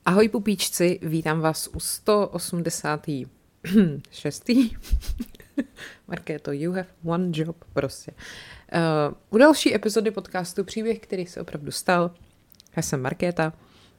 Ahoj pupíčci, vítám vás u 186. Markéto, you have one job, prostě. U další epizody podcastu Příběh, který se opravdu stal. Já jsem Markéta.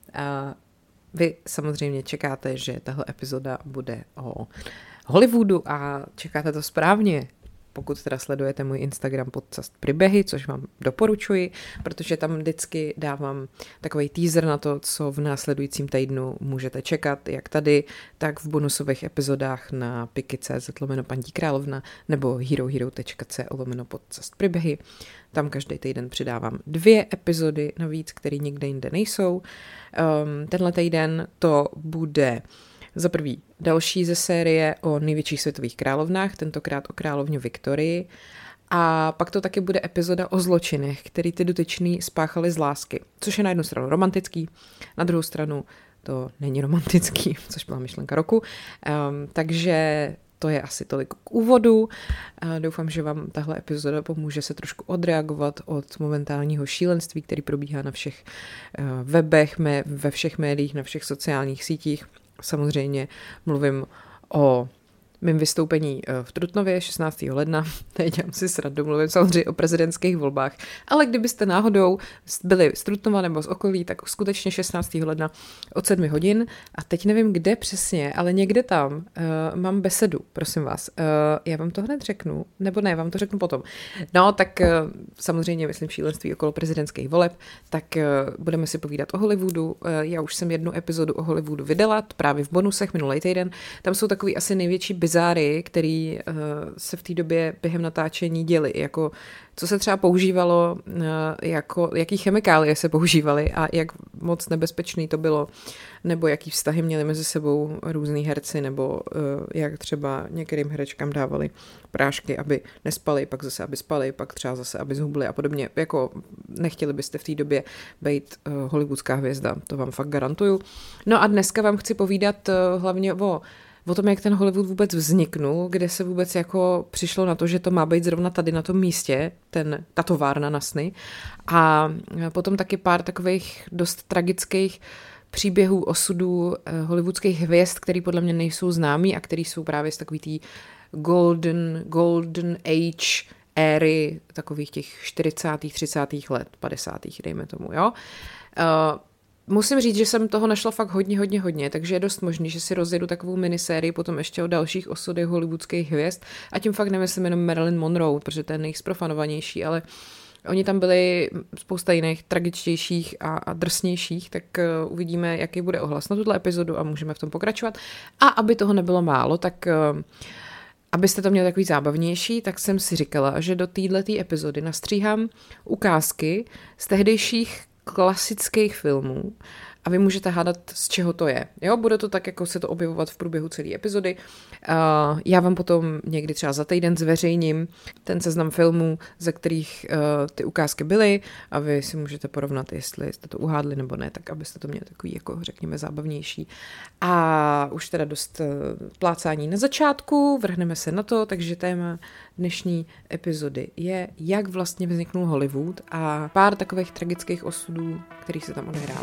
Vy samozřejmě čekáte, že tahle epizoda bude o Hollywoodu a čekáte to správně. Pokud teda sledujete můj Instagram podcast Příběhy, což vám doporučuji, protože tam vždycky dávám takový teaser na to, co v následujícím týdnu můžete čekat, jak tady, tak v bonusových epizodách na piky.cz/Paní královna nebo herohero.co/podcast Příběhy. Tam každý týden přidávám 2 epizody navíc, které nikde jinde nejsou. Tenhle týden to bude za prvý další ze série o největších světových královnách, tentokrát o královně Viktorii. A pak to taky bude epizoda o zločinech, který ty dotyční spáchali z lásky, což je na jednu stranu romantický, na druhou stranu to není romantický, což byla myšlenka roku. Takže to je asi tolik k úvodu. Doufám, že vám tahle epizoda pomůže se trošku odreagovat od momentálního šílenství, který probíhá na všech webech, ve všech médiích, na všech sociálních sítích. Samozřejmě mluvím o mým vystoupení v Trutnově 16. ledna, nedělám si srandu, mluvím samozřejmě o prezidentských volbách, ale kdybyste náhodou byli z Trutnova nebo z okolí, tak skutečně 16. ledna od 7 hodin a teď nevím kde přesně, ale někde tam mám besedu, prosím vás. Já vám to hned řeknu, nebo ne, vám to řeknu potom. No, tak samozřejmě myslím šílenství okolo prezidentských voleb, tak budeme si povídat o Hollywoodu. Já už jsem jednu epizodu o Hollywoodu vydala, právě v bonusech minulý týden. Tam jsou takový asi největší bizáry, který se v té době během natáčení děly, jako co se třeba používalo, jako jaký chemikálie se používaly a jak moc nebezpečný to bylo, nebo jaký vztahy měli mezi sebou různý herci, nebo jak třeba některým herečkám dávali prášky, aby nespali, pak zase, aby spali, pak třeba zase, aby zhubli a podobně. Jako nechtěli byste v té době být hollywoodská hvězda, to vám fakt garantuju. No a dneska vám chci povídat hlavně o tom, jak ten Hollywood vůbec vzniknul, kde se vůbec jako přišlo na to, že to má být zrovna tady na tom místě, ta továrna na sny. A potom taky pár takových dost tragických příběhů, osudů hollywoodských hvězd, který podle mě nejsou známý a který jsou právě z takový tý golden age éry takových těch 40., 30. let, 50. dejme tomu, jo. Musím říct, že jsem toho našla fakt hodně, takže je dost možný, že si rozjedu takovou minisérii potom ještě o dalších osudech hollywoodských hvězd a tím fakt nemyslím jenom Marilyn Monroe, protože to je nejsprofanovanější, ale oni tam byli spousta jiných tragičtějších a drsnějších, tak uvidíme, jaký bude ohlas na tuto epizodu a můžeme v tom pokračovat. A aby toho nebylo málo, tak abyste to měli takový zábavnější, tak jsem si říkala, že do této epizody nastříhám ukázky z tehdejších klasických filmů a vy můžete hádat, z čeho to je. Jo, bude to tak, jako se to objevovat v průběhu celé epizody. Já vám potom někdy třeba za týden zveřejním ten seznam filmů, ze kterých ty ukázky byly a vy si můžete porovnat, jestli jste to uhádli nebo ne, tak abyste to měli takový, jako řekněme, zábavnější. A už teda dost plácání na začátku, vrhneme se na to, takže téma dnešní epizody je, jak vlastně vzniknul Hollywood a pár takových tragických osudů, který se tam odehrály.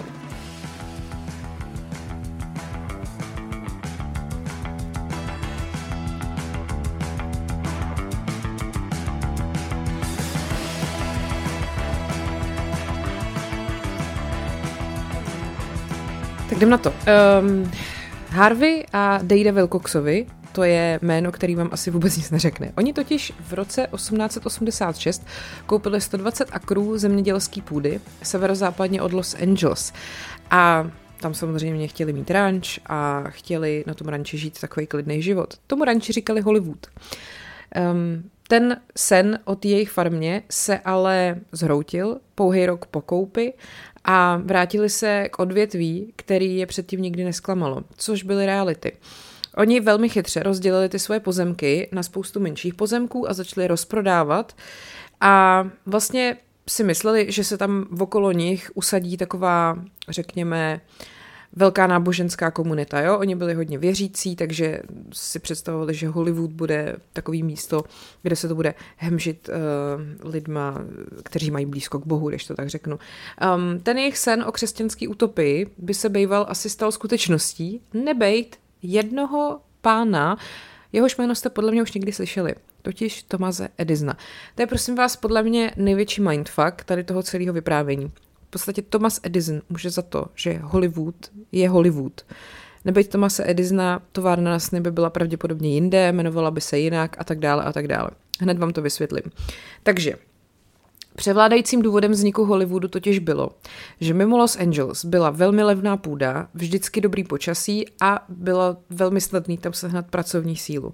Tak jdem na to. Harvey a Dada Wilcoxovi, to je jméno, který vám asi vůbec nic neřekne. Oni totiž v roce 1886 koupili 120 akrů zemědělské půdy severozápadně od Los Angeles. A tam samozřejmě chtěli mít ranč a chtěli na tom ranči žít takový klidný život. Tomu ranči říkali Hollywood. Ten sen o té jejich farmě se ale zhroutil pouhý rok po koupi a vrátili se k odvětví, který je předtím nikdy nesklamalo, což byly reality. Oni velmi chytře rozdělili ty svoje pozemky na spoustu menších pozemků a začali rozprodávat a vlastně si mysleli, že se tam okolo nich usadí taková, řekněme, velká náboženská komunita, jo? Oni byli hodně věřící, takže si představovali, že Hollywood bude takový místo, kde se to bude hemžit lidma, kteří mají blízko k Bohu, když to tak řeknu. Ten jejich sen o křesťanský utopii by se býval asi stal skutečností, nebejt jednoho pána, jehož jméno jste podle mě už někdy slyšeli, totiž Thomase Edisona. To je prosím vás podle mě největší mindfuck tady toho celého vyprávění. V podstatě Thomas Edison může za to, že Hollywood je Hollywood. Nebejt Thomase Edisona, továrna na sny by byla pravděpodobně jinde, jmenovala by se jinak a tak dále a tak dále. Hned vám to vysvětlím. Takže převládajícím důvodem vzniku Hollywoodu totiž bylo, že mimo Los Angeles byla velmi levná půda, vždycky dobrý počasí a bylo velmi snadné tam sehnat pracovní sílu.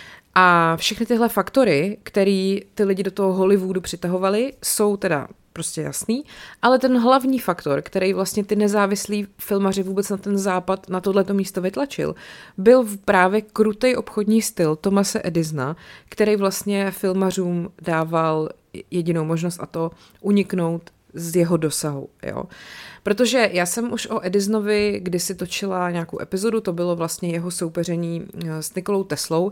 A všechny tyhle faktory, které ty lidi do toho Hollywoodu přitahovaly, jsou teda prostě jasný, ale ten hlavní faktor, který vlastně ty nezávislí filmaři vůbec na ten západ, na tohleto místo vytlačil, byl právě krutej obchodní styl Thomase Edisona, který vlastně filmařům dával jedinou možnost, a to uniknout z jeho dosahu. Jo. Protože já jsem už o Edisonovi kdysi točila nějakou epizodu, to bylo vlastně jeho soupeření s Nikolou Teslou.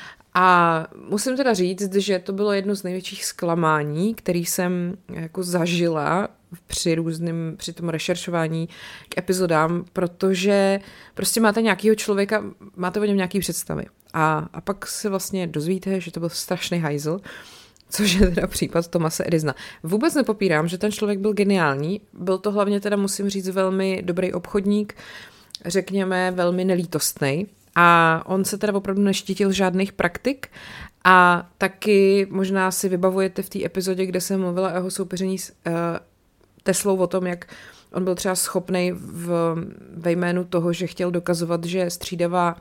A musím teda říct, že to bylo jedno z největších zklamání, který jsem jako zažila při tom rešeršování k epizodám, protože prostě máte nějakýho člověka, máte o něm nějaký představy. A pak si vlastně dozvíte, že to byl strašný hajzl, což je teda případ Thomase Edisona. Vůbec nepopírám, že ten člověk byl geniální, byl to hlavně teda, musím říct, velmi dobrý obchodník, řekněme velmi nelítostnej. A on se teda opravdu neštítil žádných praktik a taky možná si vybavujete v té epizodě, kde jsem mluvila o jeho soupeření s Teslou o tom, jak on byl třeba schopnej ve jménu toho, že chtěl dokazovat, že střídavá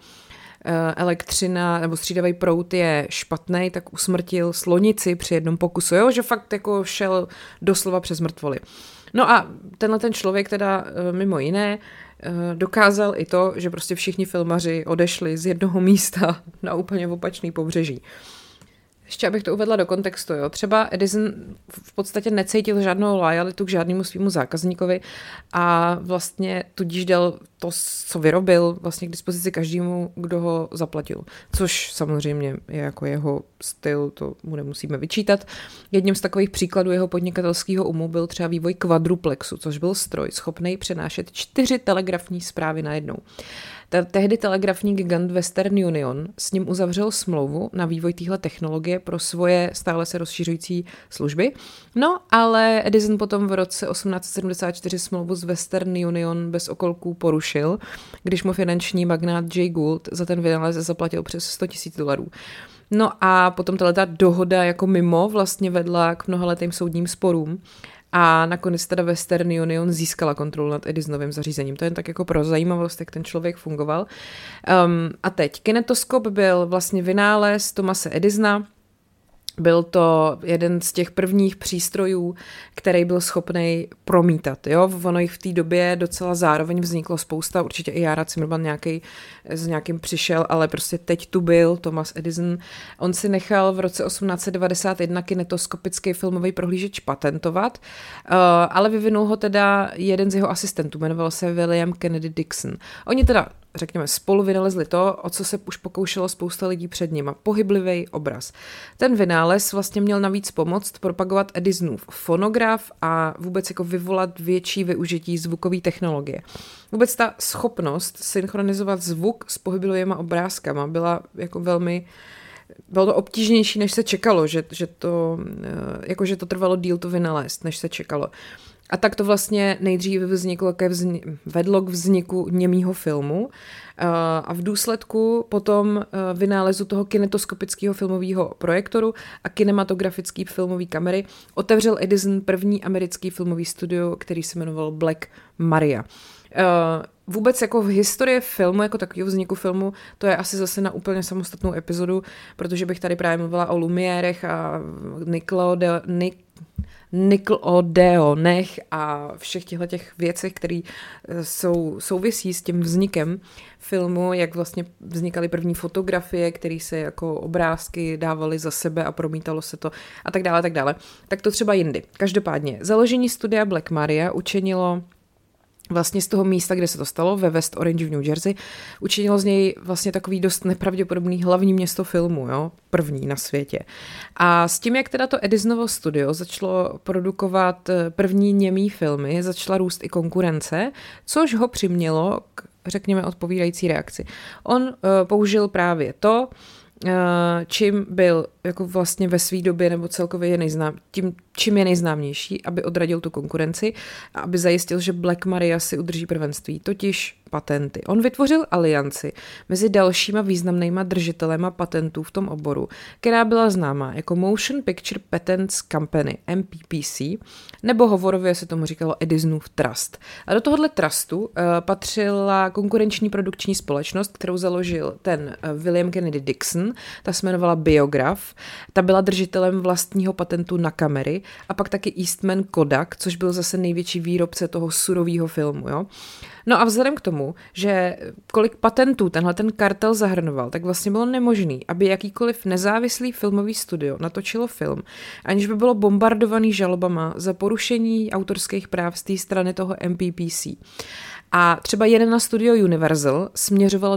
elektřina nebo střídavý proud je špatný, tak usmrtil slonici při jednom pokusu, jo? Že fakt jako šel doslova přes mrtvoly. No a tenhle ten člověk teda mimo jiné dokázal i to, že prostě všichni filmaři odešli z jednoho místa na úplně opačný pobřeží. Ještě abych to uvedla do kontextu, jo. Třeba Edison v podstatě necítil žádnou lojalitu k žádnému svýmu zákazníkovi a vlastně tudíž dal to, co vyrobil, vlastně k dispozici každému, kdo ho zaplatil. Což samozřejmě je jako jeho styl, to mu nemusíme vyčítat. Jedním z takových příkladů jeho podnikatelského umu byl třeba vývoj quadruplexu, což byl stroj schopný přenášet 4 telegrafní zprávy najednou. Tehdy telegrafní gigant Western Union s ním uzavřel smlouvu na vývoj téhle technologie pro svoje stále se rozšiřující služby. No, ale Edison potom v roce 1874 smlouvu s Western Union bez okolků porušil, když mu finanční magnát Jay Gould za ten vynález zaplatil přes $100,000. No a potom tato dohoda jako mimo vlastně vedla k mnohaletým soudním sporům. A nakonec teda Western Union získala kontrolu nad Edisonovým zařízením. To je jen tak jako pro zajímavost, jak ten člověk fungoval. A teď, kinetoskop byl vlastně vynález Thomase Edisona. Byl to jeden z těch prvních přístrojů, který byl schopný promítat. Jo? Ono jich v té době docela zároveň vzniklo spousta, určitě i Jára Cimrman s nějakým přišel, ale prostě teď tu byl Thomas Edison. On si nechal v roce 1891 kinetoskopický filmový prohlížeč patentovat, ale vyvinul ho teda jeden z jeho asistentů, jmenoval se William Kennedy Dixon. Oni teda řekněme, spolu vynalezli to, o co se už pokoušelo spousta lidí před nima. Pohyblivý obraz. Ten vynález vlastně měl navíc pomoct propagovat Edisonův fonograf a vůbec jako vyvolat větší využití zvukové technologie. Vůbec ta schopnost synchronizovat zvuk s pohyblivýma obrázkama byla jako velmi... Bylo to obtížnější, než se čekalo, že to trvalo díl to vynalézt, než se čekalo. A tak to vlastně nejdříve vedlo k vzniku němýho filmu a v důsledku potom vynálezu toho kinetoskopického filmového projektoru a kinematografické filmové kamery otevřel Edison první americký filmový studio, který se jmenoval Black Maria. Vůbec jako v historii filmu, jako takového vzniku filmu, to je asi zase na úplně samostatnou epizodu, protože bych tady právě mluvila o Lumierech a Nickelodeonech a všech těchto věcech, které souvisí s tím vznikem filmu, jak vlastně vznikaly první fotografie, které se jako obrázky dávaly za sebe a promítalo se to a tak dále, tak dále. Tak to třeba jindy. Každopádně, založení studia Black Maria učinilo vlastně z toho místa, kde se to stalo, ve West Orange v New Jersey, učinilo z něj vlastně takový dost nepravděpodobný hlavní město filmu, jo? První na světě. A s tím, jak teda to Edisonovo studio začalo produkovat první němý filmy, začala růst i konkurence, což ho přimělo k, řekněme, odpovídající reakci. On použil právě to, čím byl jako vlastně ve své době nebo celkově čím je nejznámější, aby odradil tu konkurenci a aby zajistil, že Black Maria si udrží prvenství, totiž patenty. On vytvořil alianci mezi dalšíma významnýma držitelema patentů v tom oboru, která byla známá jako Motion Picture Patents Company, MPPC, nebo hovorově se tomu říkalo Edisonův Trust. A do tohohle trustu patřila konkurenční produkční společnost, kterou založil ten William Kennedy Dixon, ta se jmenovala Biograph, ta byla držitelem vlastního patentu na kamery a pak taky Eastman Kodak, což byl zase největší výrobce toho surového filmu, jo. No a vzhledem k tomu, že kolik patentů tenhle ten kartel zahrnoval, tak vlastně bylo nemožný, aby jakýkoliv nezávislý filmový studio natočilo film, aniž by bylo bombardovaný žalobama za porušení autorských práv z té strany toho MPPC. A třeba jeden na studio Universal směřovalo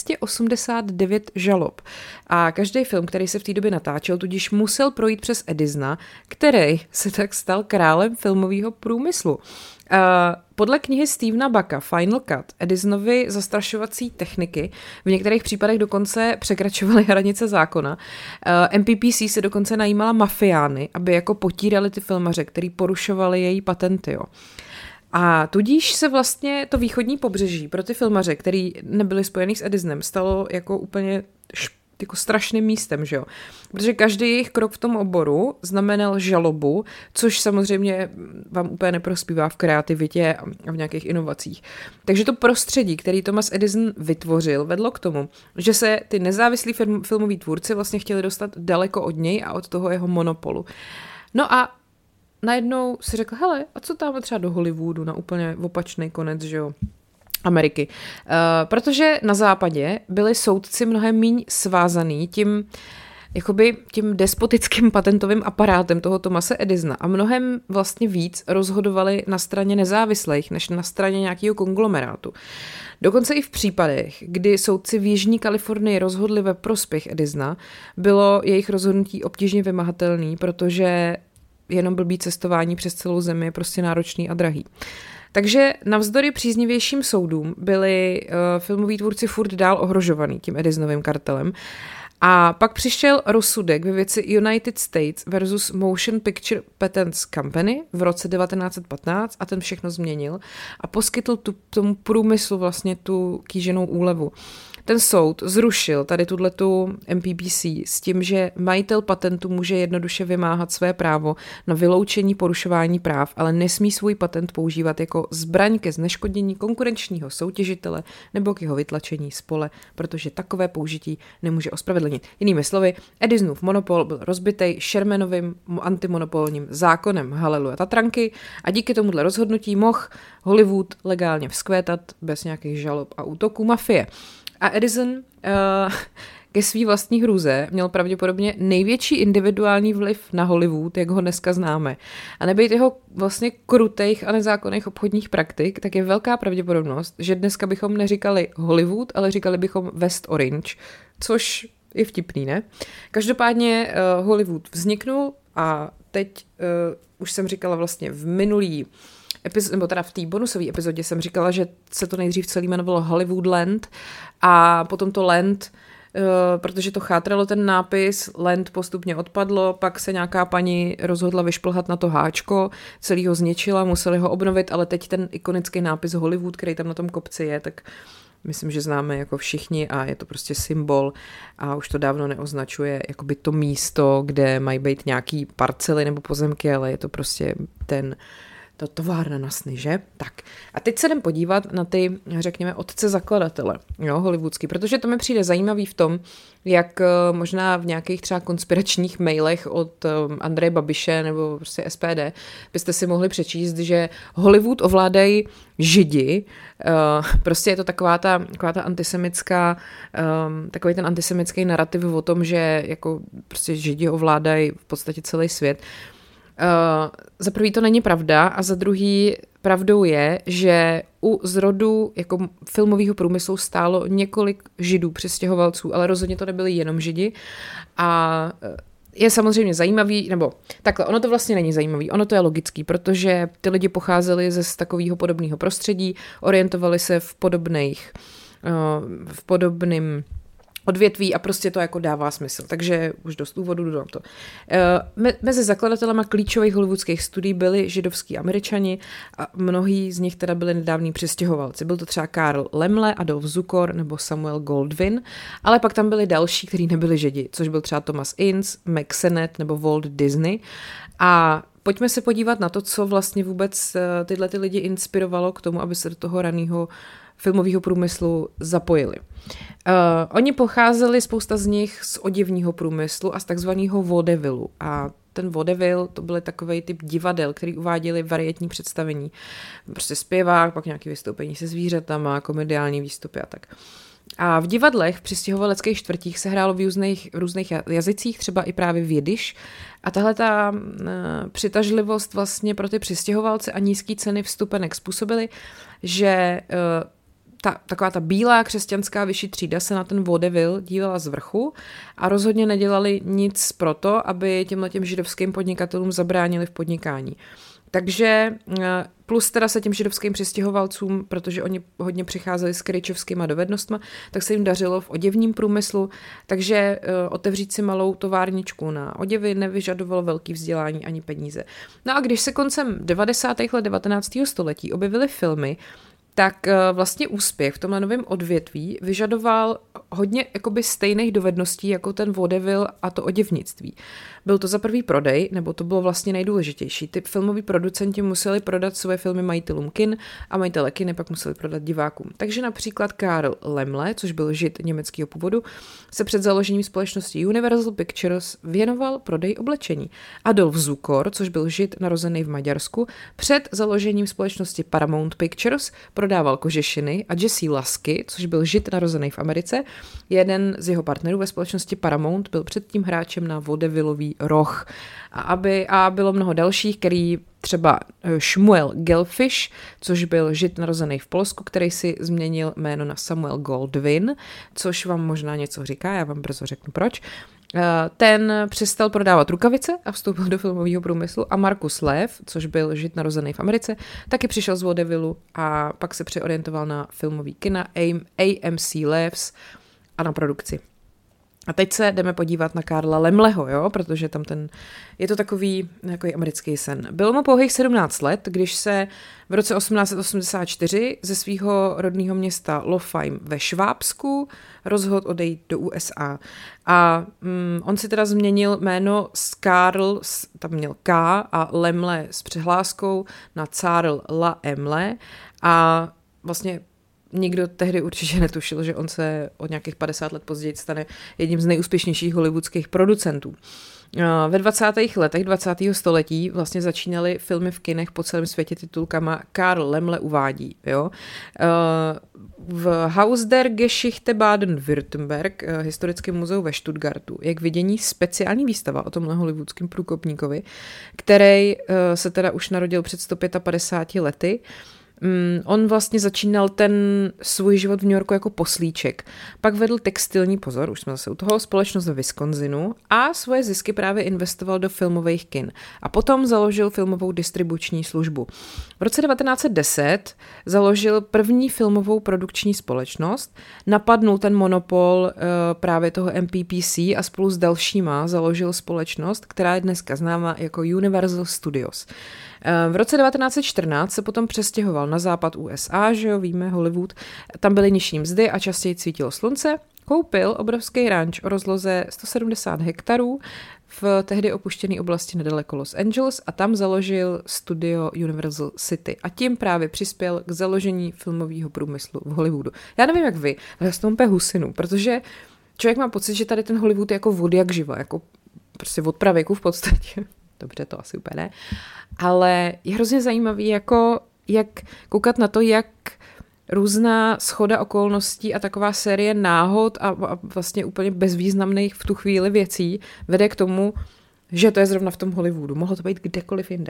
289 žalob. A každý film, který se v té době natáčel, tudíž musel projít přes Edisona, který se tak stal králem filmového průmyslu. Podle knihy Stevena Bucka Final Cut Edisonovy zastrašovací techniky v některých případech dokonce překračovaly hranice zákona. MPPC se dokonce najímala mafiány, aby jako potírali ty filmaře, který porušovali její patenty, jo. A tudíž se vlastně to východní pobřeží pro ty filmaře, který nebyli spojený s Edisonem, stalo jako úplně jako strašným místem, že jo? Protože každý jejich krok v tom oboru znamenal žalobu, což samozřejmě vám úplně neprospívá v kreativitě a v nějakých inovacích. Takže to prostředí, který Thomas Edison vytvořil, vedlo k tomu, že se ty nezávislí filmoví tvůrci vlastně chtěli dostat daleko od něj a od toho jeho monopolu. No a najednou si řekl, hele, a co tam třeba do Hollywoodu na úplně opačný konec, že jo, Ameriky. Protože na západě byli soudci mnohem míň svázaný tím despotickým patentovým aparátem toho Thomase Edisona a mnohem vlastně víc rozhodovali na straně nezávislých, než na straně nějakého konglomerátu. Dokonce i v případech, kdy soudci v Jižní Kalifornii rozhodli ve prospěch Edisona, bylo jejich rozhodnutí obtížně vymahatelné, protože jenom blbý cestování přes celou zemi je prostě náročný a drahý. Takže navzdory příznivějším soudům byli filmoví tvůrci furt dál ohrožovaný tím Edisonovým kartelem. A pak přišel rozsudek ve věci United States versus Motion Picture Patents Company v roce 1915 a ten všechno změnil a poskytl tomu průmyslu vlastně tu kýženou úlevu. Ten soud zrušil tady tuhletu MPPC s tím, že majitel patentu může jednoduše vymáhat své právo na vyloučení porušování práv, ale nesmí svůj patent používat jako zbraň ke zneškodnění konkurenčního soutěžitele nebo k jeho vytlačení z pole, protože takové použití nemůže ospravedlnit. Jinými slovy, Edisonův monopol byl rozbitej Shermanovým antimonopolním zákonem haleluja Tatranky a díky tomuhle rozhodnutí mohl Hollywood legálně vzkvétat bez nějakých žalob a útoků mafie. A Edison ke svý vlastní hrůze měl pravděpodobně největší individuální vliv na Hollywood, jak ho dneska známe. A nebejt jeho vlastně krutých a nezákonných obchodních praktik, tak je velká pravděpodobnost, že dneska bychom neříkali Hollywood, ale říkali bychom West Orange, což je vtipný, ne? Každopádně Hollywood vzniknul a teď už jsem říkala vlastně v minulý nebo teda v té bonusové epizodě jsem říkala, že se to nejdřív celý jmenovalo Hollywoodland a potom to Land, protože to chátralo ten nápis, Land postupně odpadlo, pak se nějaká paní rozhodla vyšplhat na to háčko, celý ho zničila, museli ho obnovit, ale teď ten ikonický nápis Hollywood, který tam na tom kopci je, tak myslím, že známe jako všichni a je to prostě symbol a už to dávno neoznačuje jakoby to místo, kde mají být nějaký parcely nebo pozemky, ale je to prostě to továrna na sny, že? Tak. A teď se jdem podívat na ty, řekněme, otce zakladatele, jo, hollywoodský, protože to mi přijde zajímavý v tom, jak možná v nějakých třeba konspiračních mailech od Andreje Babiše nebo prostě SPD byste si mohli přečíst, že Hollywood ovládají Židi, prostě je to taková ta antisemická, takový ten antisemický narrativ o tom, že jako prostě Židi ovládají v podstatě celý svět. Za prvý to není pravda a za druhý pravdou je, že u zrodu jako filmového průmyslu stálo několik Židů přistěhovalců, ale rozhodně to nebyli jenom Židi a je samozřejmě zajímavý, nebo takhle, ono to vlastně není zajímavý, ono to je logický, protože ty lidi pocházeli z takového podobného prostředí, orientovali se v podobném odvětví a prostě to jako dává smysl. Takže už dost úvodu dodám to. Mezi zakladatelema klíčových hollywoodských studií byli židovský Američani a mnohí z nich teda byli nedávní přistěhovalci. Byl to třeba Karl Laemmle, Adolf Zukor nebo Samuel Goldwyn, ale pak tam byli další, kteří nebyli Židi, což byl třeba Thomas Ince, Mack Sennett nebo Walt Disney. A pojďme se podívat na to, co vlastně vůbec tyhle ty lidi inspirovalo k tomu, aby se do toho raného filmového průmyslu zapojili. Oni pocházeli, spousta z nich, z oděvního průmyslu a z takzvaného vaudevillu. A ten vaudeville, to byly takovej typ divadel, který uváděli varietní představení. Prostě zpěvák, pak nějaké vystoupení se zvířatama, komediální výstupy a tak. A v divadlech v přistěhovaleckých čtvrtích se hrálo v různých jazycích, třeba i právě v jidiš. A tahle ta přitažlivost vlastně pro ty přistěhovalce a nízké ceny vstupenek způsobily, že taková ta bílá křesťanská vyšší třída se na ten vaudeville dívala z vrchu a rozhodně nedělali nic pro to, aby těmhletěm židovským podnikatelům zabránili v podnikání. Takže plus teda se těm židovským přistěhovalcům, protože oni hodně přicházeli s kryčovskýma dovednostma, tak se jim dařilo v oděvním průmyslu, takže otevřít si malou továrničku na oděvy nevyžadovalo velký vzdělání ani peníze. No a když se koncem 90. let 19. století objevily filmy, tak vlastně úspěch v tomhle novém odvětví vyžadoval hodně jakoby stejných dovedností jako ten vaudeville a to oděvnictví. Byl to za prvý prodej, nebo to bylo vlastně nejdůležitější. Ty filmoví producenti museli prodat své filmy majitelům kin a majitele kiny pak museli prodat divákům. Takže například Karl Laemmle, což byl Žid německého původu, se před založením společnosti Universal Pictures věnoval prodeji oblečení. Adolf Zukor, což byl Žid narozený v Maďarsku, před založením společnosti Paramount Pictures prodával kožešiny a Jesse Lasky, což byl Žid narozený v Americe, jeden z jeho partnerů ve společnosti Paramount byl předtím hráčem na vaudevilleový roh. A bylo mnoho dalších, který třeba Shmuel Gelfish, což byl Žid narozený v Polsku, který si změnil jméno na Samuel Goldwyn, což vám možná něco říká, já vám brzo řeknu proč. Ten přestal prodávat rukavice a vstoupil do filmového průmyslu a Markus Lev, což byl Žid narozený v Americe, taky přišel z vaudevillu a pak se přeorientoval na filmový kina AMC Levs a na produkci. A teď se jdeme podívat na Karla Laemmleho, jo, protože tam je to takový americký sen. Bylo mu pouhých 17 let, když se v roce 1884 ze svého rodného města Lofheim ve Švábsku rozhodl odejít do USA. A on si teda změnil jméno z Karl, tam měl K a Laemmle s přehláskou na Karl Laemmle a vlastně nikdo tehdy určitě netušil, že on se od nějakých 50 let později stane jedním z nejúspěšnějších hollywoodských producentů. Ve 20. letech 20. století vlastně začínaly filmy v kinech po celém světě titulkama Karl Laemmle uvádí. Jo? V Haus der Geschichte Baden-Württemberg, historickém muzeu ve Stuttgartu, je k vidění speciální výstava o tomhle hollywoodském průkopníkovi, který se teda už narodil před 155 lety. On vlastně začínal ten svůj život v New Yorku jako poslíček. Pak vedl textilní, pozor, už jsme zase u toho, společnost ve Wisconsinu a svoje zisky právě investoval do filmových kin. A potom založil filmovou distribuční službu. V roce 1910 založil první filmovou produkční společnost, napadnul ten monopol právě toho MPPC a spolu s dalšíma založil společnost, která je dneska známá jako Universal Studios. V roce 1914 se potom přestěhoval na západ USA, že jo, víme, Hollywood, tam byly nižší mzdy a častěji svítilo slunce, koupil obrovský ranč o rozloze 170 hektarů v tehdy opuštěné oblasti nedaleko Los Angeles a tam založil studio Universal City a tím právě přispěl k založení filmového průmyslu v Hollywoodu. Já nevím, jak vy, ale já s tom úplně husinu, protože člověk má pocit, že tady ten Hollywood je jako vod jak živa, jako prostě od pravěku v podstatě. Dobře, to asi úplně ne. Ale je hrozně zajímavý, jako jak koukat na to, jak různá shoda okolností a taková série náhod a vlastně úplně bezvýznamných v tu chvíli věcí vede k tomu, že to je zrovna v tom Hollywoodu. Mohlo to být kdekoliv jinde.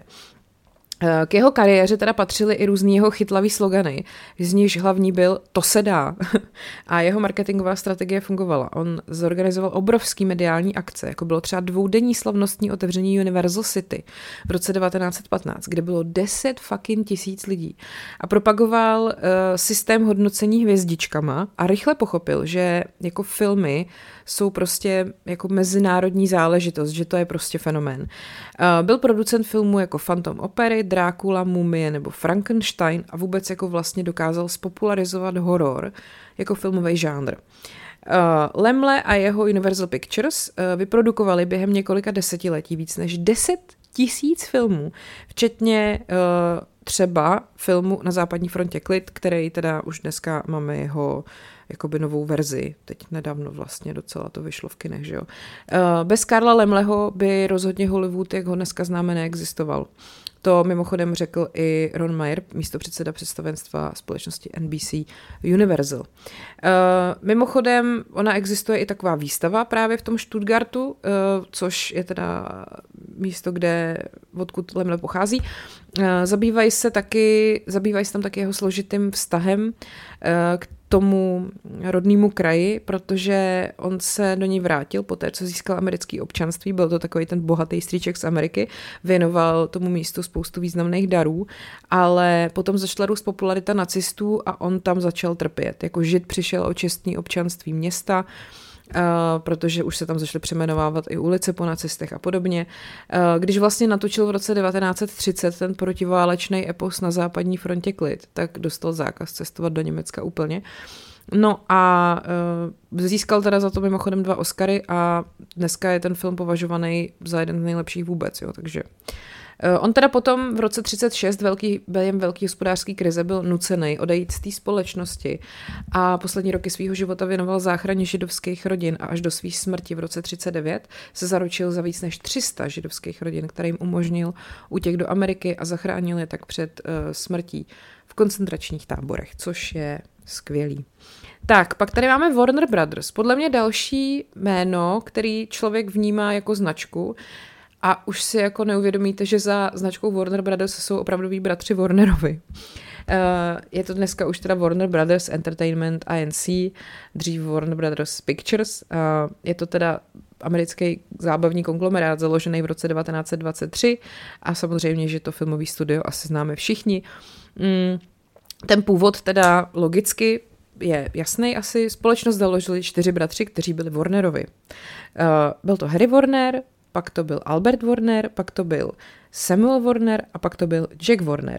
K jeho kariéře teda patřily i různý jeho chytlavý slogany, z nichž hlavní byl "to se dá" a jeho marketingová strategie fungovala. On zorganizoval obrovský mediální akce, jako bylo třeba 2denní slavnostní otevření Universal City v roce 1915, kde bylo 10 fucking tisíc lidí a propagoval systém hodnocení hvězdičkama a rychle pochopil, že jako filmy jsou prostě jako mezinárodní záležitost, že to je prostě fenomén. Byl producent filmů jako Phantom Opery, Drácula, Mumie nebo Frankenstein a vůbec jako vlastně dokázal spopularizovat horor jako filmový žánr. Laemmle a jeho Universal Pictures vyprodukovali během několika desetiletí víc než 10 000 filmů, včetně třeba filmu Na západní frontě klid, který teda už dneska máme jeho jakoby novou verzi. Teď nedávno vlastně docela to vyšlo v kinech, že jo. Bez Karla Laemmleho by rozhodně Hollywood, jak ho dneska známe, neexistoval. To mimochodem řekl i Ron Meyer, místopředseda představenstva společnosti NBC Universal. Mimochodem, ona existuje i taková výstava právě v tom Stuttgartu, což je teda místo, odkud Laemmle pochází. Zabývají se tam taky jeho složitým vztahem k tomu rodnému kraji, protože on se do něj vrátil po té, co získal americké občanství, byl to takový ten bohatý strýček z Ameriky, věnoval tomu místu spoustu významných darů, ale potom začala růst popularita nacistů a on tam začal trpět. Jako Žid přišel o čestné občanství města, protože už se tam začaly přejmenovávat i ulice po nacistech a podobně. Když vlastně natočil v roce 1930 ten protiválečný epos Na západní frontě klid, tak dostal zákaz cestovat do Německa úplně. No a získal teda za to mimochodem 2 Oscary a dneska je ten film považovaný za jeden z nejlepších vůbec, jo, takže... On teda potom v roce 1936 během velký hospodářský krize byl nucený odejít z té společnosti a poslední roky svého života věnoval záchraně židovských rodin a až do svých smrti v roce 1939 se zaručil za víc než 300 židovských rodin, který jim umožnil útěk do Ameriky a zachránil je tak před smrtí v koncentračních táborech, což je skvělý. Tak, pak tady máme Warner Brothers. Podle mě další jméno, který člověk vnímá jako značku, a už si jako neuvědomíte, že za značkou Warner Brothers jsou opravdoví bratři Warnerovi. Je to dneska už teda Warner Brothers Entertainment INC, dřív Warner Brothers Pictures. Je to teda americký zábavní konglomerát založený v roce 1923 a samozřejmě, že to filmový studio asi známe všichni. Ten původ teda logicky je jasný asi. Společnost založili 4 bratři, kteří byli Warnerovi. Byl to Harry Warner, pak to byl Albert Warner, pak to byl Samuel Warner a pak to byl Jack Warner.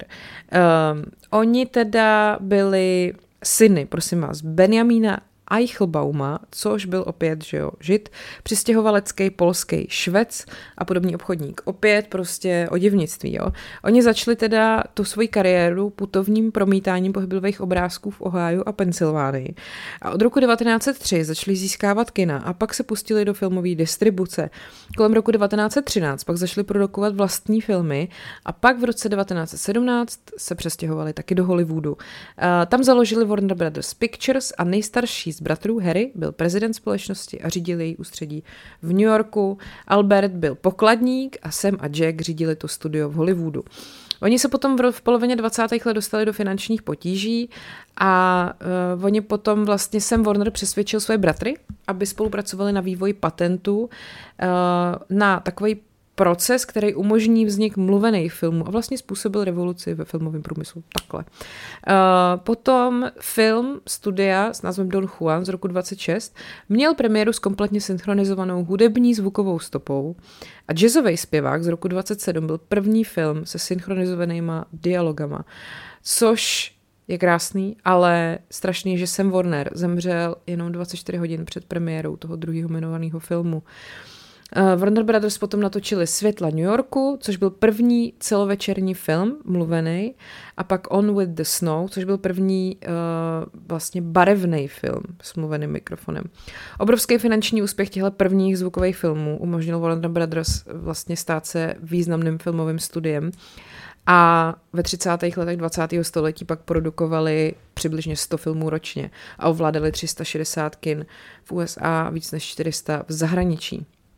Oni teda byli syny, prosím vás, Benjamína Eichelbauma, což byl opět, že jo, Žid, přistěhovalecký, polský Švec a podobný obchodník. Opět prostě oděvnictví, jo. Oni začali teda tu svoji kariéru putovním promítáním pohyblivých obrázků v Ohiu a Pensylvánii. A od roku 1903 začali získávat kina a pak se pustili do filmové distribuce. Kolem roku 1913 pak začali produkovat vlastní filmy a pak v roce 1917 se přestěhovali taky do Hollywoodu. Tam založili Warner Brothers Pictures a nejstarší z bratrů Harry byl prezident společnosti a řídil její ústředí v New Yorku. Albert byl pokladník a Sam a Jack řídili to studio v Hollywoodu. Oni se potom v polovině 20. let dostali do finančních potíží a oni potom vlastně Sam Warner přesvědčil své bratry, aby spolupracovali na vývoji patentů na takový proces, který umožní vznik mluvených filmů a vlastně způsobil revoluci ve filmovém průmyslu. Takhle. Potom film studia s názvem Don Juan z roku 26 měl premiéru s kompletně synchronizovanou hudební zvukovou stopou a jazzový zpěvák z roku 27 byl první film se synchronizovanýma dialogama, což je krásný, ale strašný, že Sam Warner zemřel jenom 24 hodin před premiérou toho druhého jmenovaného filmu. Warner Brothers potom natočili Světla New Yorku, což byl první celovečerní film, mluvený, a pak On with the Snow, což byl první vlastně barevný film s mluveným mikrofonem. Obrovský finanční úspěch těchto prvních zvukových filmů umožnil Warner Brothers vlastně stát se významným filmovým studiem a ve 30. letech 20. století pak produkovali přibližně 100 filmů ročně a ovládali 360 kin v USA a víc než 400 v zahraničí.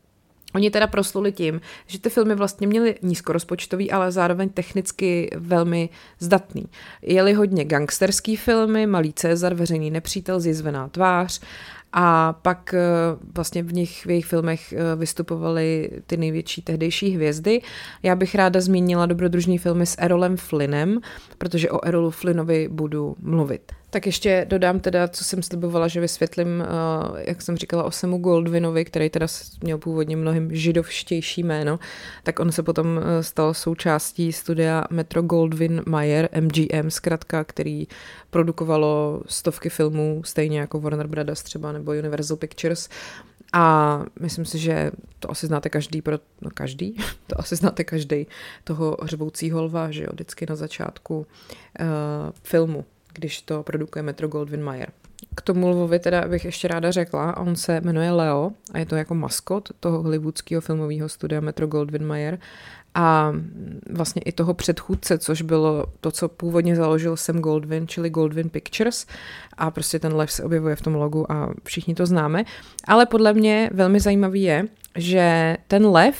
Oni teda prosluli tím, že ty filmy vlastně měly nízkorozpočtový, ale zároveň technicky velmi zdatný. Jeli hodně gangsterský filmy, Malý Cezar, Veřejný nepřítel, Zjizvená tvář, a pak vlastně v jejich filmech vystupovaly ty největší tehdejší hvězdy. Já bych ráda zmínila dobrodružní filmy s Errolem Flynnem, protože o Errolu Flynnovi budu mluvit. Tak ještě dodám teda, co jsem slibovala, že vysvětlím, jak jsem říkala, o Samu Goldwinovi, který teda měl původně mnohem židovštější jméno, tak on se potom stal součástí studia Metro-Goldwyn-Mayer, MGM zkratka, který produkovalo stovky filmů, stejně jako Warner Brothers třeba, nebo Universal Pictures. A myslím si, že to asi znáte to asi znáte každý toho řvoucího lva, že jo, vždycky na začátku filmu, když to produkuje Metro-Goldwyn-Mayer. K tomu lvovi teda bych ještě ráda řekla, on se jmenuje Leo a je to jako maskot toho hollywoodského filmového studia Metro-Goldwyn-Mayer a vlastně i toho předchůdce, což bylo to, co původně založil Sam Goldwyn, čili Goldwyn Pictures, a prostě ten lev se objevuje v tom logu a všichni to známe. Ale podle mě velmi zajímavý je, že ten lev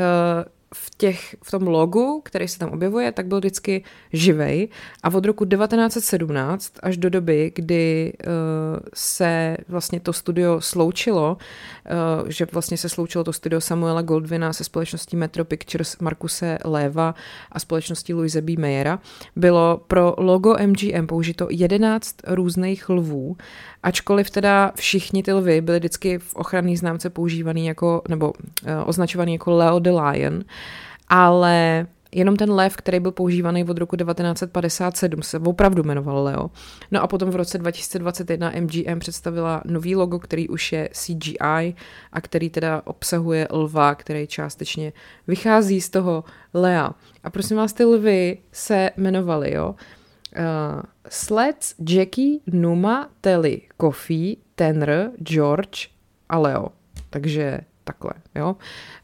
v tom logu, který se tam objevuje, tak byl vždycky živej a od roku 1917 až do doby, kdy se vlastně to studio sloučilo, že vlastně se sloučilo to studio Samuela Goldwyna se společností Metro Pictures Marcuse Leva a společností Louise B. Mayera, bylo pro logo MGM použito 11 různých lvů, ačkoliv teda všichni ty lvy byly vždycky v ochranné známce používaný jako, nebo označovaný jako Leo the Lion, ale jenom ten lev, který byl používaný od roku 1957, se opravdu jmenoval Leo. No a potom v roce 2021 MGM představila nový logo, který už je CGI a který teda obsahuje lva, který částečně vychází z toho Lea. A prosím vás, ty lvy se jmenovaly, jo? Sleds, Jackie, Numa, Telly, Coffee, Tenr, George a Leo. Takže takhle, jo.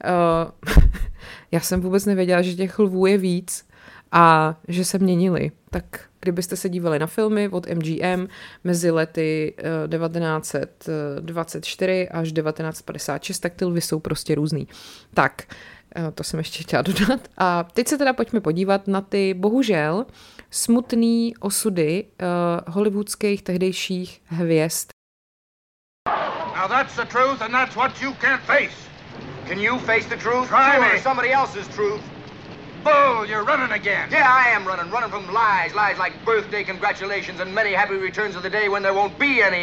Já jsem vůbec nevěděla, že těch lvů je víc a že se měnili. Tak kdybyste se dívali na filmy od MGM mezi lety 1924 až 1956, tak ty lvy jsou prostě různý. Tak, to jsem ještě chtěla dodat. A teď se teda pojďme podívat na ty, bohužel, smutný osudy hollywoodských tehdejších hvězd. Now that's the truth and that's what you can't face. Can you face the truth? Try Sure, me. somebody else's truth. Bull, you're running again. Yeah, I am running from lies like birthday congratulations and many happy returns of the day when there won't be any.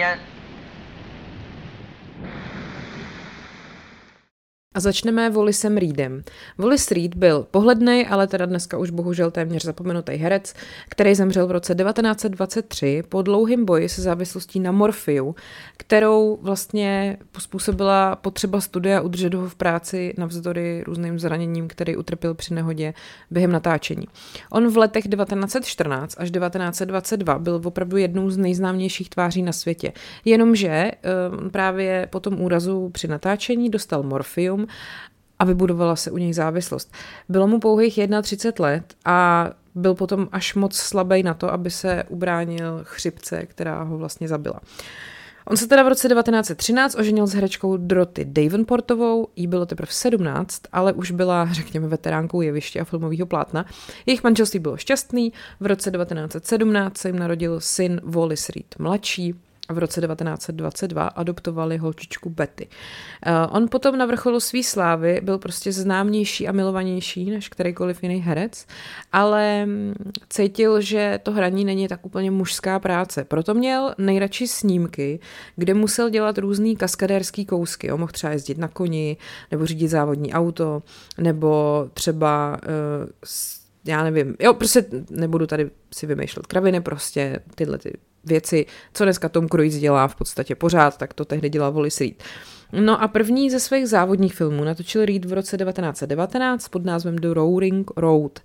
A začneme Wallisem Reedem. Wallis Reed byl pohlednej, ale teda dneska už bohužel téměř zapomenutý herec, který zemřel v roce 1923 po dlouhém boji se závislostí na morfiu, kterou vlastně způsobila potřeba studia udržet ho v práci navzdory různým zraněním, který utrpěl při nehodě během natáčení. On v letech 1914 až 1922 byl opravdu jednou z nejznámějších tváří na světě. Jenomže právě po tom úrazu při natáčení dostal morfium a vybudovala se u něj závislost. Bylo mu pouhých 31 let a byl potom až moc slabý na to, aby se ubránil chřipce, která ho vlastně zabila. On se teda v roce 1913 oženil s herečkou Dorothy Davenportovou, jí bylo teprve 17, ale už byla, řekněme, veteránkou jeviště a filmového plátna. Jejich manželství bylo šťastný, v roce 1917 se jim narodil syn Wallis Reed mladší, a v roce 1922 adoptovali holčičku Betty. On potom na vrcholu své slávy byl prostě známější a milovanější než kterýkoliv jiný herec, ale cítil, že to hraní není tak úplně mužská práce. Proto měl nejradši snímky, kde musel dělat různý kaskadérský kousky. Mohl třeba jezdit na koni, nebo řídit závodní auto, nebo třeba já nevím, prostě nebudu tady si vymýšlet kraviny, prostě tyhle ty věci, co dneska Tom Cruise dělá v podstatě pořád, tak to tehdy dělal Wallis Reed. No a první ze svých závodních filmů natočil Reed v roce 1919 pod názvem The Roaring Road.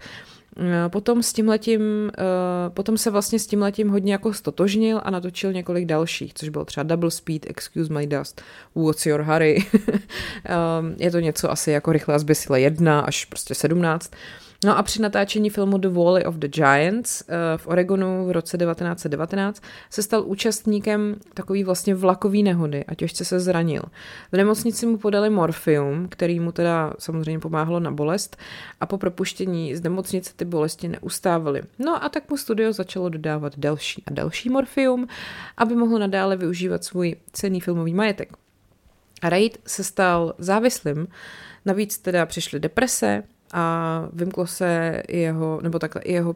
Potom se vlastně s tímhletím hodně jako stotožnil a natočil několik dalších, což bylo třeba Double Speed, Excuse My Dust, What's Your Hurry. Je to něco asi jako Rychle a zběsile 1 až prostě 17. No a při natáčení filmu The Valley of the Giants v Oregonu v roce 1919 se stal účastníkem takový vlastně vlakový nehody a těžce se zranil. V nemocnici mu podali morfium, který mu teda samozřejmě pomáhalo na bolest a po propuštění z nemocnice ty bolesti neustávaly. No a tak mu studio začalo dodávat další a další morfium, aby mohl nadále využívat svůj cenný filmový majetek. A Reid se stal závislým, navíc teda přišly deprese a vymklo se i jeho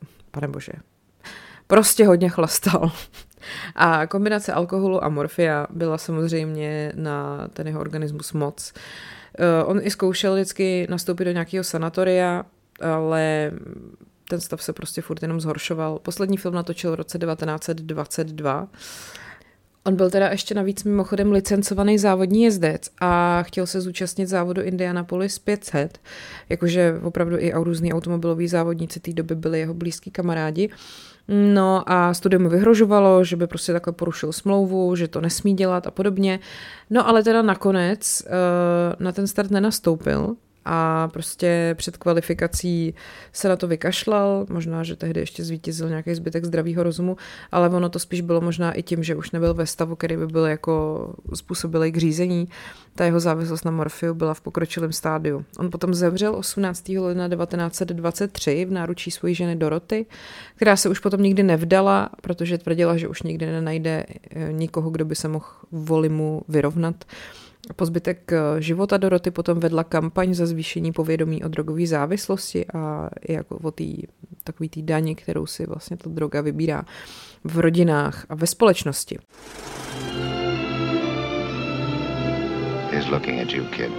prostě hodně chlastal. A kombinace alkoholu a morfia byla samozřejmě na ten jeho organismus moc. On i zkoušel vždycky nastoupit do nějakého sanatoria, ale ten stav se prostě furt jenom zhoršoval. Poslední film natočil v roce 1922. On byl teda ještě navíc mimochodem licencovaný závodní jezdec a chtěl se zúčastnit závodu Indianapolis 500, jakože opravdu i různý automobiloví závodníci té doby byli jeho blízký kamarádi. No a studio mu vyhrožovalo, že by prostě takhle porušil smlouvu, že to nesmí dělat a podobně. No ale teda nakonec na ten start nenastoupil a prostě před kvalifikací se na to vykašlal, možná, že tehdy ještě zvítězil nějaký zbytek zdravého rozumu, ale ono to spíš bylo možná i tím, že už nebyl ve stavu, který by byl jako způsobilý k řízení. Ta jeho závislost na morfiu byla v pokročilém stádiu. On potom zemřel 18. ledna 1923 v náručí své ženy Doroty, která se už potom nikdy nevdala, protože tvrdila, že už nikdy nenajde nikoho, kdo by se mohl Volimu vyrovnat. Po zbytek života Doroty potom vedla kampaň za zvýšení povědomí o drogové závislosti a jako o takový té dani, kterou si vlastně ta droga vybírá v rodinách a ve společnosti. He's looking at you, kid.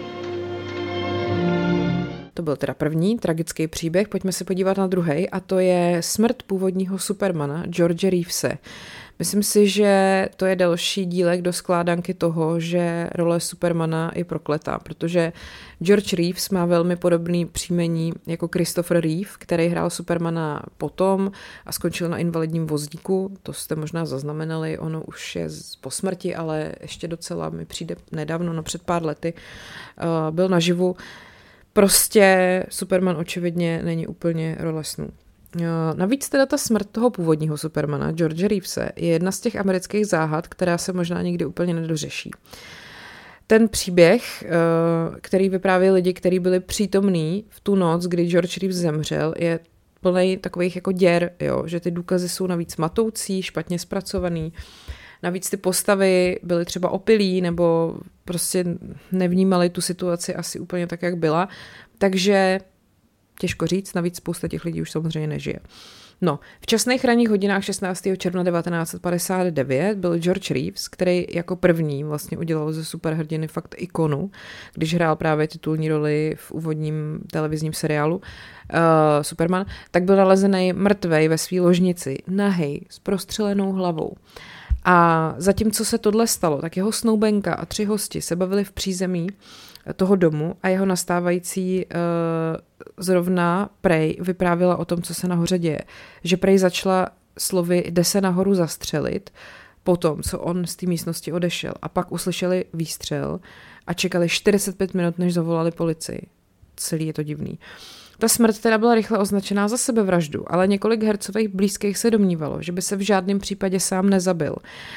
To byl teda první tragický příběh, pojďme se podívat na druhý a to je smrt původního Supermana George Reevese. Myslím si, že to je další dílek do skládanky toho, že role Supermana je prokletá, protože George Reeves má velmi podobný příjmení jako Christopher Reeve, který hrál Supermana potom a skončil na invalidním vozíku. To jste možná zaznamenali, ono už je po smrti, ale ještě docela mi přijde nedávno, no před pár lety, byl naživu. Prostě Superman očividně není úplně rolesný. Navíc teda ta smrt toho původního Supermana, George Reevese, je jedna z těch amerických záhad, která se možná nikdy úplně nedořeší. Ten příběh, který vyprávějí lidi, kteří byli přítomní v tu noc, kdy George Reeves zemřel, je plný takových jako děr, jo? Že ty důkazy jsou navíc matoucí, špatně zpracovaný. Navíc ty postavy byly třeba opilí nebo prostě nevnímali tu situaci asi úplně tak, jak byla. Takže těžko říct, navíc spousta těch lidí už samozřejmě nežije. No, v časných ranních hodinách 16. června 1959 byl George Reeves, který jako první vlastně udělal ze superhrdiny fakt ikonu, když hrál právě titulní roli v úvodním televizním seriálu Superman, tak byl nalezený mrtvej ve své ložnici, nahej, s prostřelenou hlavou. A zatímco se tohle stalo, tak jeho snoubenka a 3 hosti se bavili v přízemí toho domu a jeho nastávající zrovna prej vyprávěla o tom, co se nahoře děje. Že prej začala slovy jde se nahoru zastřelit, potom, co on z té místnosti odešel a pak uslyšeli výstřel a čekali 45 minut, než zavolali policii. Celý je to divný. Ta smrt teda byla rychle označená za sebevraždu, ale několik hercových blízkých se domnívalo, že by se v žádném případě sám nezabil.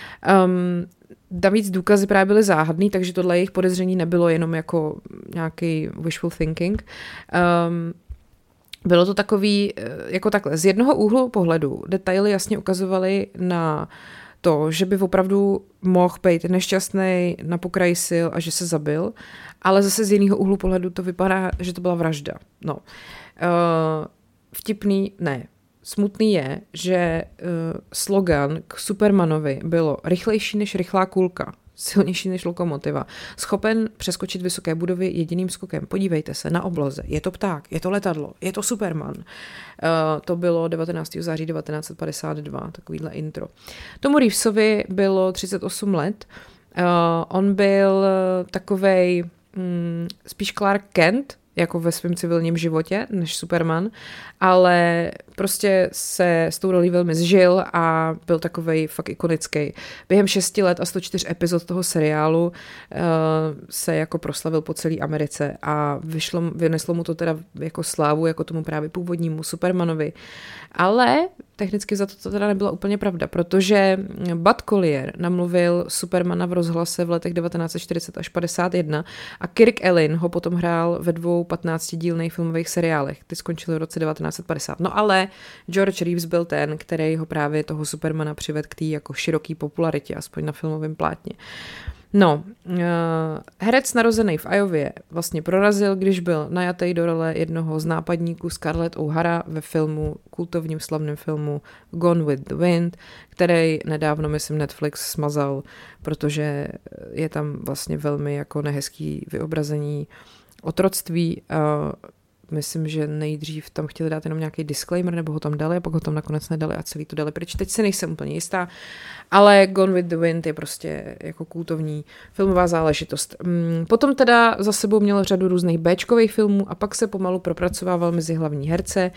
Navíc důkazy právě byly záhadný, takže tohle jejich podezření nebylo jenom jako nějaký wishful thinking. Bylo to takový, jako takhle, z jednoho úhlu pohledu detaily jasně ukazovaly na to, že by opravdu mohl být nešťastný, na pokraji sil a že se zabil, ale zase z jiného úhlu pohledu to vypadá, že to byla vražda. No. Vtipný, ne. Smutný je, že slogan k Supermanovi bylo rychlejší než rychlá kulka, silnější než lokomotiva, schopen přeskočit vysoké budovy jediným skokem. Podívejte se na obloze, je to pták, je to letadlo, je to Superman. To bylo 19. září 1952, takovýhle intro. Tomu Reevesovi bylo 38 let, on byl takovej spíš Clark Kent, jako ve svém civilním životě než Superman, ale prostě se s tou rolí velmi zžil a byl takovej fakt ikonický. Během 6 let a 104 epizod toho seriálu se jako proslavil po celé Americe a vyneslo mu to teda jako slávu, jako tomu právě původnímu Supermanovi. Ale technicky za to teda nebyla úplně pravda, protože Bud Collyer namluvil Supermana v rozhlase v letech 1940 až 51 a Kirk Ellin ho potom hrál ve 2 15dílných filmových seriálech. Ty skončily v roce 1950. No ale George Reeves byl ten, který ho právě toho Supermana přivedl k té jako široký popularitě, aspoň na filmovém plátně. No, herec narozený v Iově vlastně prorazil, když byl najatý do role jednoho z nápadníků Scarlett O'Hara ve kultovním slavném filmu Gone with the Wind, který nedávno, myslím, Netflix smazal, protože je tam vlastně velmi jako nehezký vyobrazení otroctví. Myslím, že nejdřív tam chtěli dát jenom nějaký disclaimer, nebo ho tam dali a pak ho tam nakonec nedali a celý to dali pryč. Teď si nejsem úplně jistá, ale Gone with the Wind je prostě jako kultovní filmová záležitost. Potom teda za sebou měl řadu různých béčkových filmů a pak se pomalu propracovával mezi hlavní herce.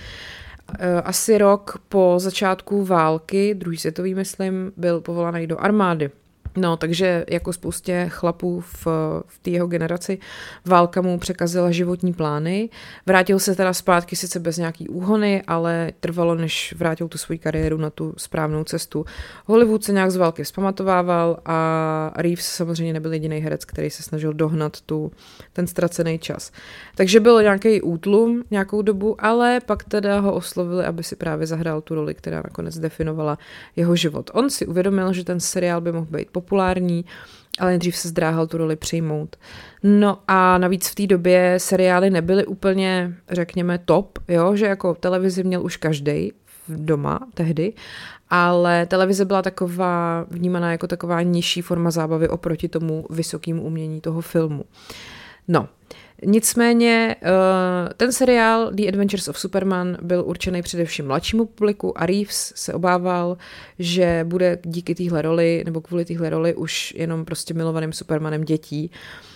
Asi rok po začátku války, druhý světový, myslím, byl povolaný do armády. No, takže jako spoustě chlapů v té jeho generaci válka mu překazila životní plány. Vrátil se teda zpátky sice bez nějaký úhony, ale trvalo, než vrátil tu svou kariéru na tu správnou cestu. Hollywood se nějak z války vzpamatovával a Reeves samozřejmě nebyl jediný herec, který se snažil dohnat ten ztracený čas. Takže byl nějaký útlum nějakou dobu, ale pak teda ho oslovili, aby si právě zahrál tu roli, která nakonec definovala jeho život. On si uvědomil, že ten seriál by mohl být populární, ale nejdřív se zdráhal tu roli přijmout. No a navíc v té době seriály nebyly úplně, řekněme, top, jo? Že jako televizi měl už každej doma tehdy, ale televize byla taková vnímaná jako taková nižší forma zábavy oproti tomu vysokému umění toho filmu. No, nicméně ten seriál The Adventures of Superman byl určený především mladšímu publiku a Reeves se obával, že bude díky téhle roli nebo kvůli téhle roli už jenom prostě milovaným Supermanem dětí.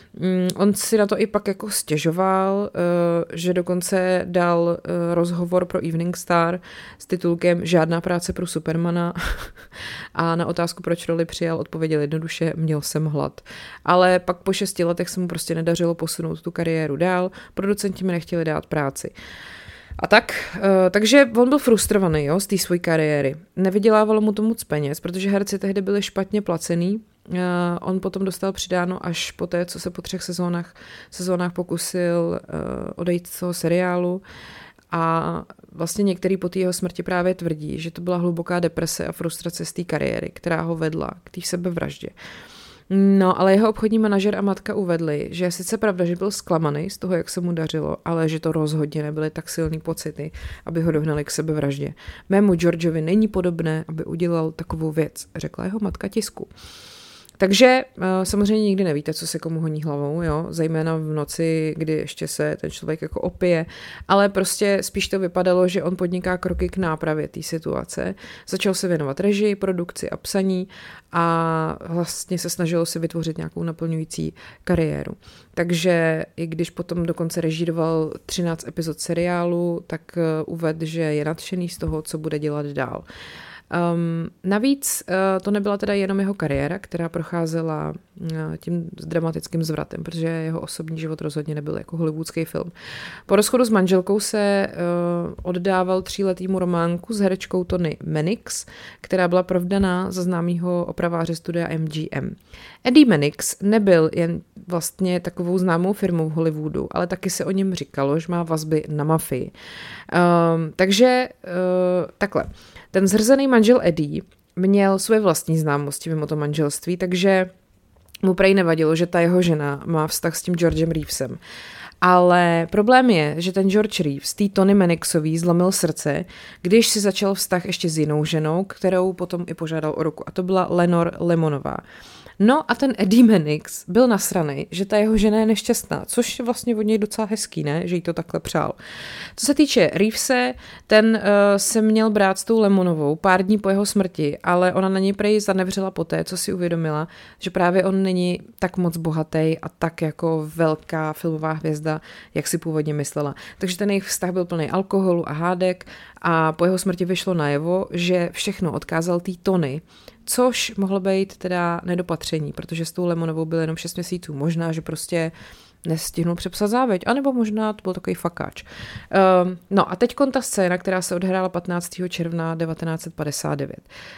On si na to i pak jako stěžoval, že dokonce dal rozhovor pro Evening Star s titulkem Žádná práce pro Supermana a na otázku, proč roli přijal, odpověděl jednoduše, měl jsem hlad. Ale pak po 6 letech se mu prostě nedařilo posunout tu kariéru dál, producenti mi nechtěli dát práci. A takže on byl frustrovaný, jo, z té své kariéry. Nevydělávalo mu to moc peněz, protože herci tehdy byli špatně placený. On potom dostal přidáno až po té, co se po 3 sezónách pokusil odejít z toho seriálu. A vlastně některý po té jeho smrti právě tvrdí, že to byla hluboká deprese a frustrace z té kariéry, která ho vedla k té sebevraždě. No, ale jeho obchodní manažer a matka uvedli, že je sice pravda, že byl zklamaný z toho, jak se mu dařilo, ale že to rozhodně nebyly tak silný pocity, aby ho dohnali k sebevraždě. Mému Georgeovi není podobné, aby udělal takovou věc, řekla jeho matka tisku. Takže samozřejmě nikdy nevíte, co se komu honí hlavou, jo? Zejména v noci, kdy ještě se ten člověk jako opije, ale prostě spíš to vypadalo, že on podniká kroky k nápravě té situace. Začal se věnovat režii, produkci a psaní a vlastně se snažilo si vytvořit nějakou naplňující kariéru. Takže i když potom dokonce režíroval 13 epizod seriálu, tak uvedl, že je nadšený z toho, co bude dělat dál. Navíc to nebyla teda jenom jeho kariéra, která procházela tím dramatickým zvratem, protože jeho osobní život rozhodně nebyl jako hollywoodský film. Po rozchodu s manželkou se oddával 3letýmu románku s herečkou Toni Mannix, která byla provdaná za známýho opraváře studia MGM. Eddie Mannix nebyl jen vlastně takovou známou firmou v Hollywoodu, ale taky se o něm říkalo, že má vazby na mafii. Takže takhle. Ten zhrzený manžel Eddie měl své vlastní známosti mimo to manželství, takže mu prej nevadilo, že ta jeho žena má vztah s tím Georgem Reevesem. Ale problém je, že ten George Reeves tý Toni Mannixový zlomil srdce, když si začal vztah ještě s jinou ženou, kterou potom i požádal o ruku. A to byla Lenore Lemonová. No a ten Eddie Mannix byl nasranej, že ta jeho žena je nešťastná, což je vlastně od něj docela hezký, ne? Že jí to takhle přál. Co se týče Reevese, ten se měl brát s tou Lemonovou pár dní po jeho smrti, ale ona na něj prej zanevřela poté, co si uvědomila, že právě on není tak moc bohatý a tak jako velká filmová hvězda, jak si původně myslela. Takže ten jejich vztah byl plný alkoholu a hádek a po jeho smrti vyšlo najevo, že všechno odkázal té Tony, což mohlo být teda nedopatření, protože s tou Lemonovou byl jenom 6 měsíců. Možná, že prostě nestihnul přepsat závěť, anebo možná to byl takový fakáč. No a teď ta scéna, která se odehrála 15. června 1959.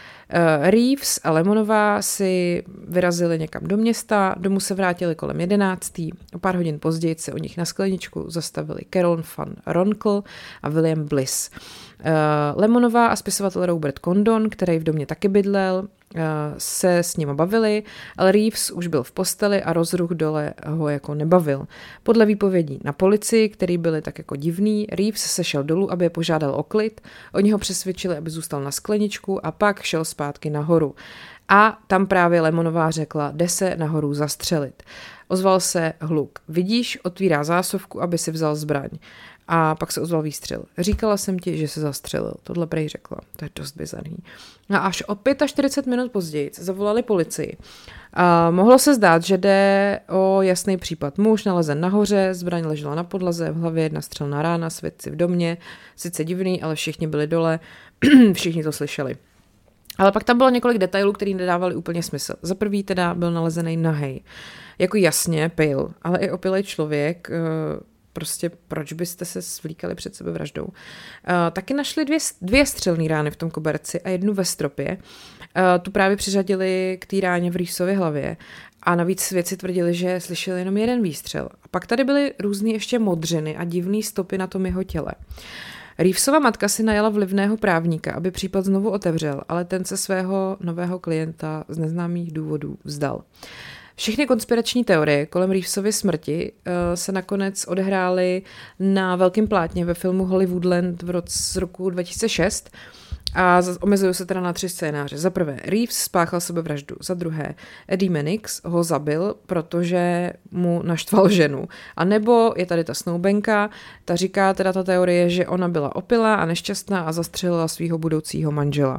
Reeves a Lemonová si vyrazili někam do města, domů se vrátili kolem 11. O pár hodin později se u nich na skleničku zastavili Carol van Ronkle a William Bliss. Lemonová a spisovatel Robert Condon, který v domě taky bydlel, se s ním bavili, ale Reeves už byl v posteli a rozruch dole ho jako nebavil. Podle výpovědí na policii, který byli tak jako divný, Reeves se šel dolů, aby je požádal o klid, oni ho přesvědčili, aby zůstal na skleničku a pak šel zpátky nahoru. A tam právě Lemonová řekla, jde se nahoru zastřelit. Ozval se hluk. Vidíš, otvírá zásuvku, aby si vzal zbraň. A pak se ozval výstřel. Říkala jsem ti, že se zastřelil. Tohle prej řekla. To je dost bizarní. A až o 45 minut později zavolali policii. A mohlo se zdát, že jde o jasný případ. Muž nalezen nahoře, zbraň ležela na podlaze, v hlavě jedna střelná rána, svědci v domě. Sice divný, ale všichni byli dole. Všichni to slyšeli. Ale pak tam bylo několik detailů, které nedávaly úplně smysl. Za prvý teda byl nalezený nahej. Jako jasně pil, ale i opilej člověk. Prostě proč byste se svlíkali před sebevraždou. Taky našli dvě střelné rány v tom koberci a jednu ve stropě. Tu právě přiřadili k té ráně v Reevesově hlavě. A navíc svědci tvrdili, že slyšeli jenom jeden výstřel. A pak tady byly různý ještě modřiny a divný stopy na tom jeho těle. Reevesova matka si najala vlivného právníka, aby případ znovu otevřel, ale ten se svého nového klienta z neznámých důvodů vzdal. Všechny konspirační teorie kolem Reevesovy smrti se nakonec odehrály na velkém plátně ve filmu Hollywoodland z roku 2006 a omezují se teda na 3 scénáře. Za prvé, Reeves spáchal sebevraždu. Za druhé, Eddie Mannix ho zabil, protože mu naštval ženu. A nebo je tady ta snoubenka, ta říká teda ta teorie, že ona byla opilá a nešťastná a zastřelila svého budoucího manžela.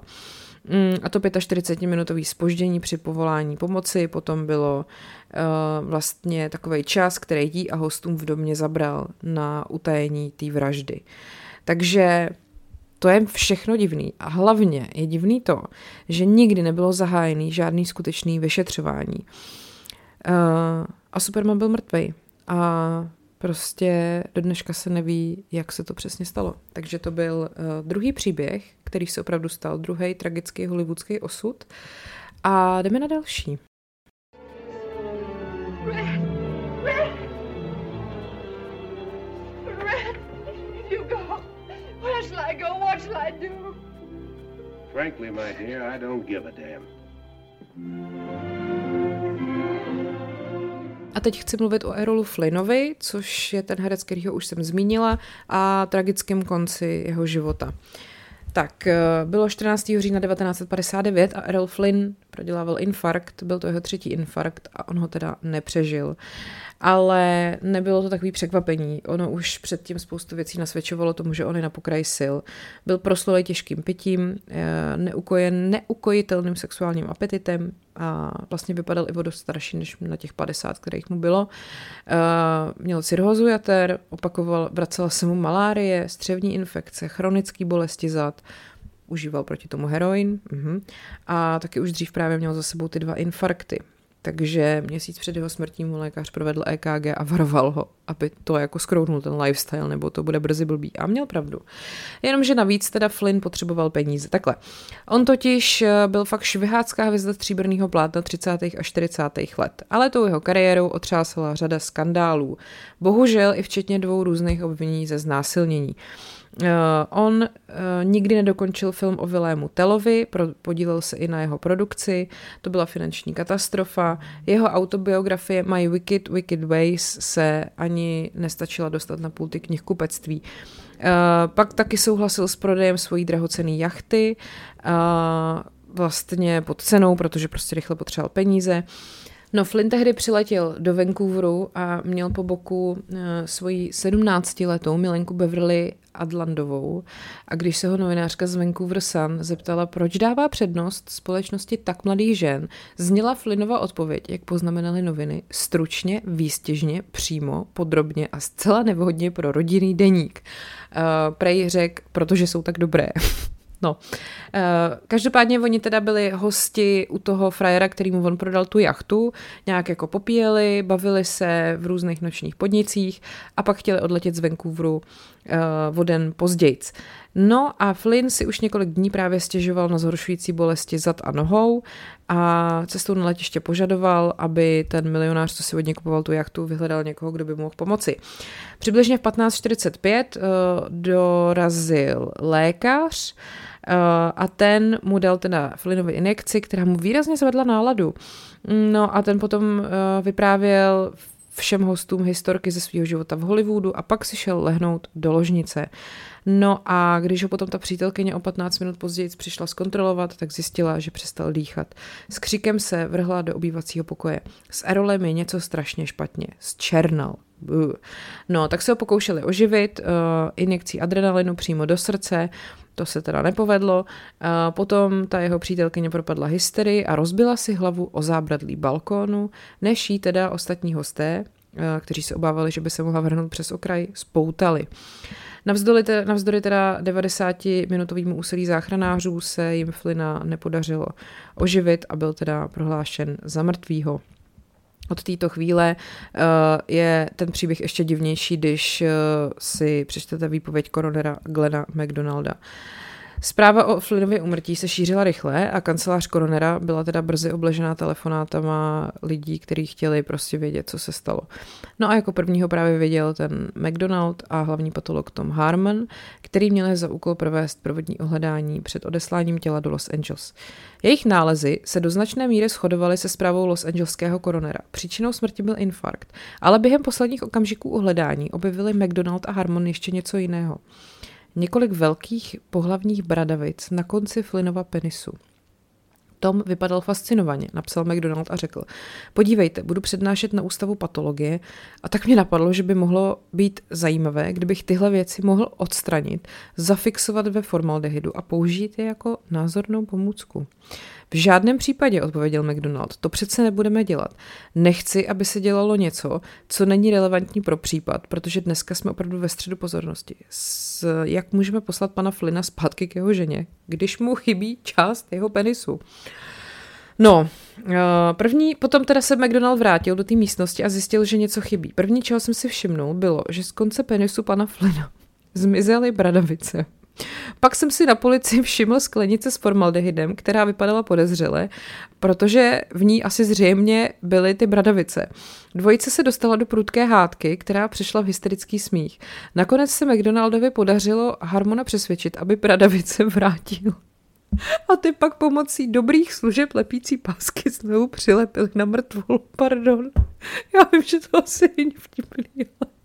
A to 45-minutový zpoždění při povolání pomoci, potom bylo vlastně takovej čas, který jí a hostům v domě zabral na utajení té vraždy. Takže to je všechno divný. A hlavně je divný to, že nikdy nebylo zahájený žádný skutečný vyšetřování. A Superman byl mrtvej. A prostě do dneška se neví, jak se to přesně stalo. Takže to byl druhý příběh, který se opravdu stal, druhý tragický hollywoodský osud. A jdeme na další. Red, you go. Where shall I go? What shall I do? Frankly, my dear, I don't give a damn. A teď chci mluvit o Errolu Flynnovi, což je ten herec, kterýho už jsem zmínila, a tragickém konci jeho života. Tak, bylo 14. října 1959 a Errol Flynn prodělával infarkt, byl to jeho 3. infarkt a on ho teda nepřežil. Ale nebylo to takový překvapení, ono už předtím spoustu věcí nasvědčovalo tomu, že on je na pokraji sil. Byl proslulý těžkým pitím, neukojen neukojitelným sexuálním apetitem a vlastně vypadal i o dost starší než na těch 50, kterých mu bylo. Měl cirhózu jater, vracela se mu malárie, střevní infekce, chronické bolesti zad, užíval proti tomu heroin a taky už dřív právě měl za sebou ty 2 infarkty. Takže měsíc před jeho smrtí mu lékař provedl EKG a varoval ho, aby to jako skroutnul ten lifestyle, nebo to bude brzy blbý. A měl pravdu. Jenomže navíc teda Flynn potřeboval peníze. Takhle. On totiž byl fakt švihácká hvězda stříbrného plátna 30. a 40. let. Ale tou jeho kariérou otřásala řada skandálů. Bohužel i včetně 2 různých obvinění ze znásilnění. On nikdy nedokončil film o Willému Tellovi, podílel se i na jeho produkci, to byla finanční katastrofa. Jeho autobiografie My Wicked, Wicked Ways se ani nestačila dostat na pulty knihkupectví. Pak taky souhlasil s prodejem svojí drahocenné jachty, vlastně pod cenou, protože prostě rychle potřeboval peníze. No, Flynn tehdy přiletěl do Vancouveru a měl po boku svoji 17letou milenku Beverly Adlandovou. A když se ho novinářka z Vancouver Sun zeptala, proč dává přednost společnosti tak mladých žen, zněla Flynnova odpověď, jak poznamenaly noviny, stručně, výstěžně, přímo, podrobně a zcela nevhodně pro rodinný deník. Prej řekl, protože jsou tak dobré. No, každopádně oni teda byli hosti u toho frajera, kterýmu on prodal tu jachtu, nějak jako popíjeli, bavili se v různých nočních podnicích a pak chtěli odletět z Vancouveru o den pozdějc. No a Flynn si už několik dní právě stěžoval na zhoršující bolesti zad a nohou a cestou na letiště požadoval, aby ten milionář, co si od něj kupoval tu jachtu, vyhledal někoho, kdo by mu mohl pomoci. Přibližně v 15:45 dorazil lékař a ten mu dal teda Flynnovi injekci, která mu výrazně zvedla náladu. No a ten potom vyprávěl všem hostům historky ze svého života v Hollywoodu a pak si šel lehnout do ložnice. No a když ho potom ta přítelkyně o 15 minut později přišla zkontrolovat, tak zjistila, že přestal dýchat. S křikem se vrhla do obývacího pokoje. S Erolem je něco strašně špatně. Zčernal. No, tak se ho pokoušeli oživit, injekcí adrenalinu přímo do srdce, to se teda nepovedlo. Potom ta jeho přítelkyně propadla hysterii a rozbila si hlavu o zábradlí balkónu, než jí teda ostatní hosté, kteří se obávali, že by se mohla vrhnout přes okraj, spoutali. Navzdory teda 90-minutovému úsilí záchranářů se jim Flynna nepodařilo oživit a byl teda prohlášen za mrtvýho. Od této chvíle je ten příběh ještě divnější, když si přečtete výpověď koronera Glena McDonalda. Zpráva o Flynnově úmrtí se šířila rychle a kancelář koronera byla teda brzy obležená telefonátama lidí, kteří chtěli prostě vědět, co se stalo. No a jako prvního právě věděl ten McDonald a hlavní patolog Tom Harmon, který měl za úkol provést provodní ohledání před odesláním těla do Los Angeles. Jejich nálezy se do značné míry shodovaly se zprávou Los Angeleského koronera. Příčinou smrti byl infarkt, ale během posledních okamžiků ohledání objevili McDonald a Harmon ještě něco jiného. Několik velkých pohlavních bradavic na konci Flynnova penisu. Tom vypadal fascinovaně, napsal McDonald a řekl, podívejte, budu přednášet na ústavu patologie a tak mě napadlo, že by mohlo být zajímavé, kdybych tyhle věci mohl odstranit, zafixovat ve formaldehydu a použít je jako názornou pomůcku. V žádném případě, odpověděl McDonald, to přece nebudeme dělat. Nechci, aby se dělalo něco, co není relevantní pro případ, protože dneska jsme opravdu ve středu pozornosti. Jak můžeme poslat pana Flynna zpátky k jeho ženě, když mu chybí část jeho penisu? No, potom teda se McDonald vrátil do té místnosti a zjistil, že něco chybí. První, čeho jsem si všimnul, bylo, že z konce penisu pana Flynna zmizely bradavice. Pak jsem si na policii všiml sklenice s formaldehydem, která vypadala podezřele, protože v ní asi zřejmě byly ty bradavice. Dvojice se dostala do prudké hádky, která přešla v hysterický smích. Nakonec se McDonaldovi podařilo Harmona přesvědčit, aby bradavice vrátil. A ty pak pomocí dobrých služeb lepící pásky znovu přilepili na mrtvolu. Pardon. Já vím, že to asi není vtipný, ale...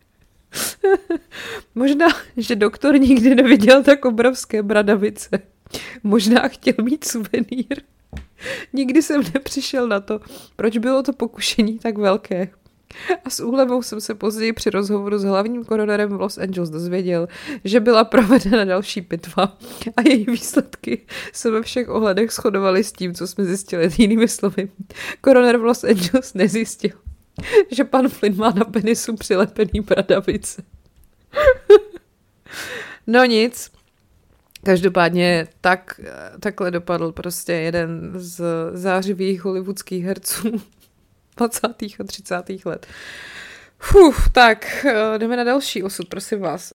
Možná, že doktor nikdy neviděl tak obrovské bradavice. Možná chtěl mít suvenýr. Nikdy jsem nepřišel na to, proč bylo to pokušení tak velké. A s úlevou jsem se později při rozhovoru s hlavním koronerem v Los Angeles dozvěděl, že byla provedena další pitva a její výsledky se ve všech ohledech shodovaly s tím, co jsme zjistili. Jinými slovy, koroner v Los Angeles nezjistil, že pan Flynn má na penisu přilepený bradavice. No nic. Každopádně takhle dopadl prostě jeden z zářivých hollywoodských herců 20. a 30. let. Tak, jdeme na další osud, prosím vás.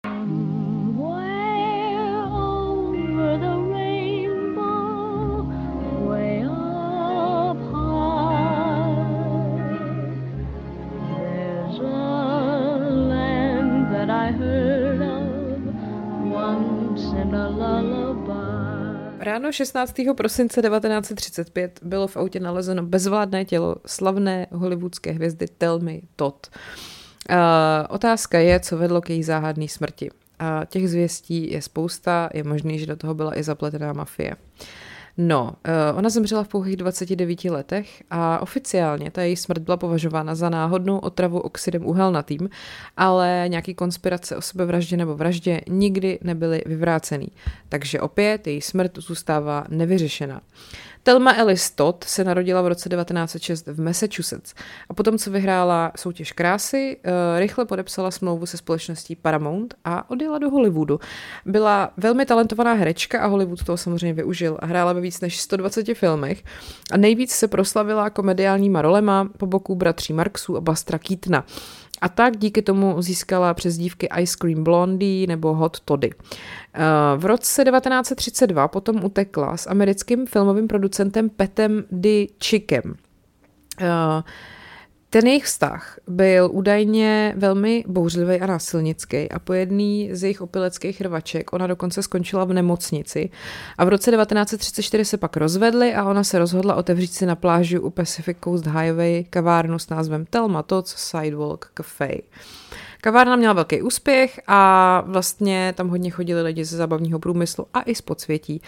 Ráno 16. prosince 1935 bylo v autě nalezeno bezvládné tělo slavné hollywoodské hvězdy Thelmy Todd. Otázka je, co vedlo k její záhadné smrti. Těch zvěstí je spousta, je možný, že do toho byla i zapletená mafie. No, ona zemřela v pouhých 29 letech a oficiálně ta její smrt byla považována za náhodnou otravu oxidem uhelnatým, ale nějaký konspirace o sebevraždě nebo vraždě nikdy nebyly vyvrácený. Takže opět její smrt zůstává nevyřešená. Thelma Alice Todd se narodila v roce 1906 v Massachusetts a potom, co vyhrála soutěž krásy, rychle podepsala smlouvu se společností Paramount a odjela do Hollywoodu. Byla velmi talentovaná herečka a Hollywood toho samozřejmě využil a hrála ve víc než 120 filmech a nejvíc se proslavila komediálníma rolema po boku bratří Marxů a Bustera Keatona. A tak díky tomu získala přezdívky Ice Cream Blondie nebo Hot Toddy. V roce 1932 potom utekla s americkým filmovým producentem Petem Dicickem. Ten jejich vztah byl údajně velmi bouřlivý a násilnický a po jedný z jejich opileckých rvaček ona dokonce skončila v nemocnici a v roce 1934 se pak rozvedli a ona se rozhodla otevřít si na pláži u Pacific Coast Highway kavárnu s názvem Thelma Todd's Sidewalk Cafe. Kavárna měla velký úspěch a vlastně tam hodně chodili lidi ze zábavního průmyslu a i z podsvětí.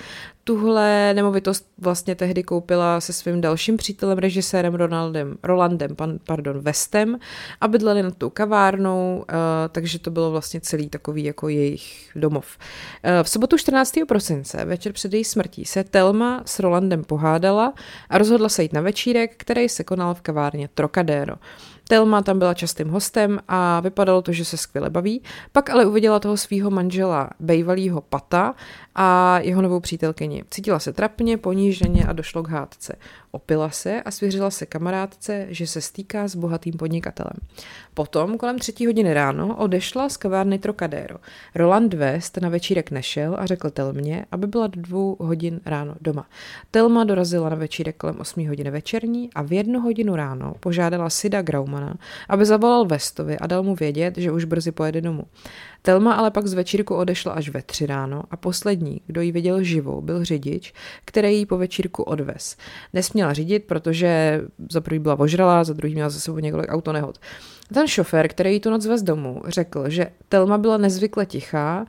Tuhle nemovitost vlastně tehdy koupila se svým dalším přítelem, režisérem Rolandem Westem a bydleli nad tou kavárnou, takže to bylo vlastně celý takový jako jejich domov. V sobotu 14. prosince, večer před její smrtí, se Thelma s Rolandem pohádala a rozhodla se jít na večírek, který se konal v kavárně Trocadero. Thelma tam byla častým hostem a vypadalo to, že se skvěle baví, pak ale uviděla toho svého manžela, bejvalýho Pata a jeho novou přítelkyni. Cítila se trapně, poníženě a došlo k hádce. Opila se a svěřila se kamarádce, že se stýká s bohatým podnikatelem. Potom kolem 3 hodiny ráno odešla z kavárny Trocadero. Roland West na večírek nešel a řekl Thelmě, aby byla do 2 hodin ráno doma. Thelma dorazila na večírek kolem 8 hodiny večerní a v 1 hodinu ráno požádala Sida Graumana, aby zavolal Westovi a dal mu vědět, že už brzy pojede domů. Thelma ale pak z večírku odešla až ve 3 ráno a poslední, kdo ji viděl živou, byl řidič, který ji po večírku odvez. Nesměla řídit, protože za prvý byla ožralá, za druhý měla za sebou několik autonehod. Ten šofér, který ji tu noc vez domů, řekl, že Thelma byla nezvykle tichá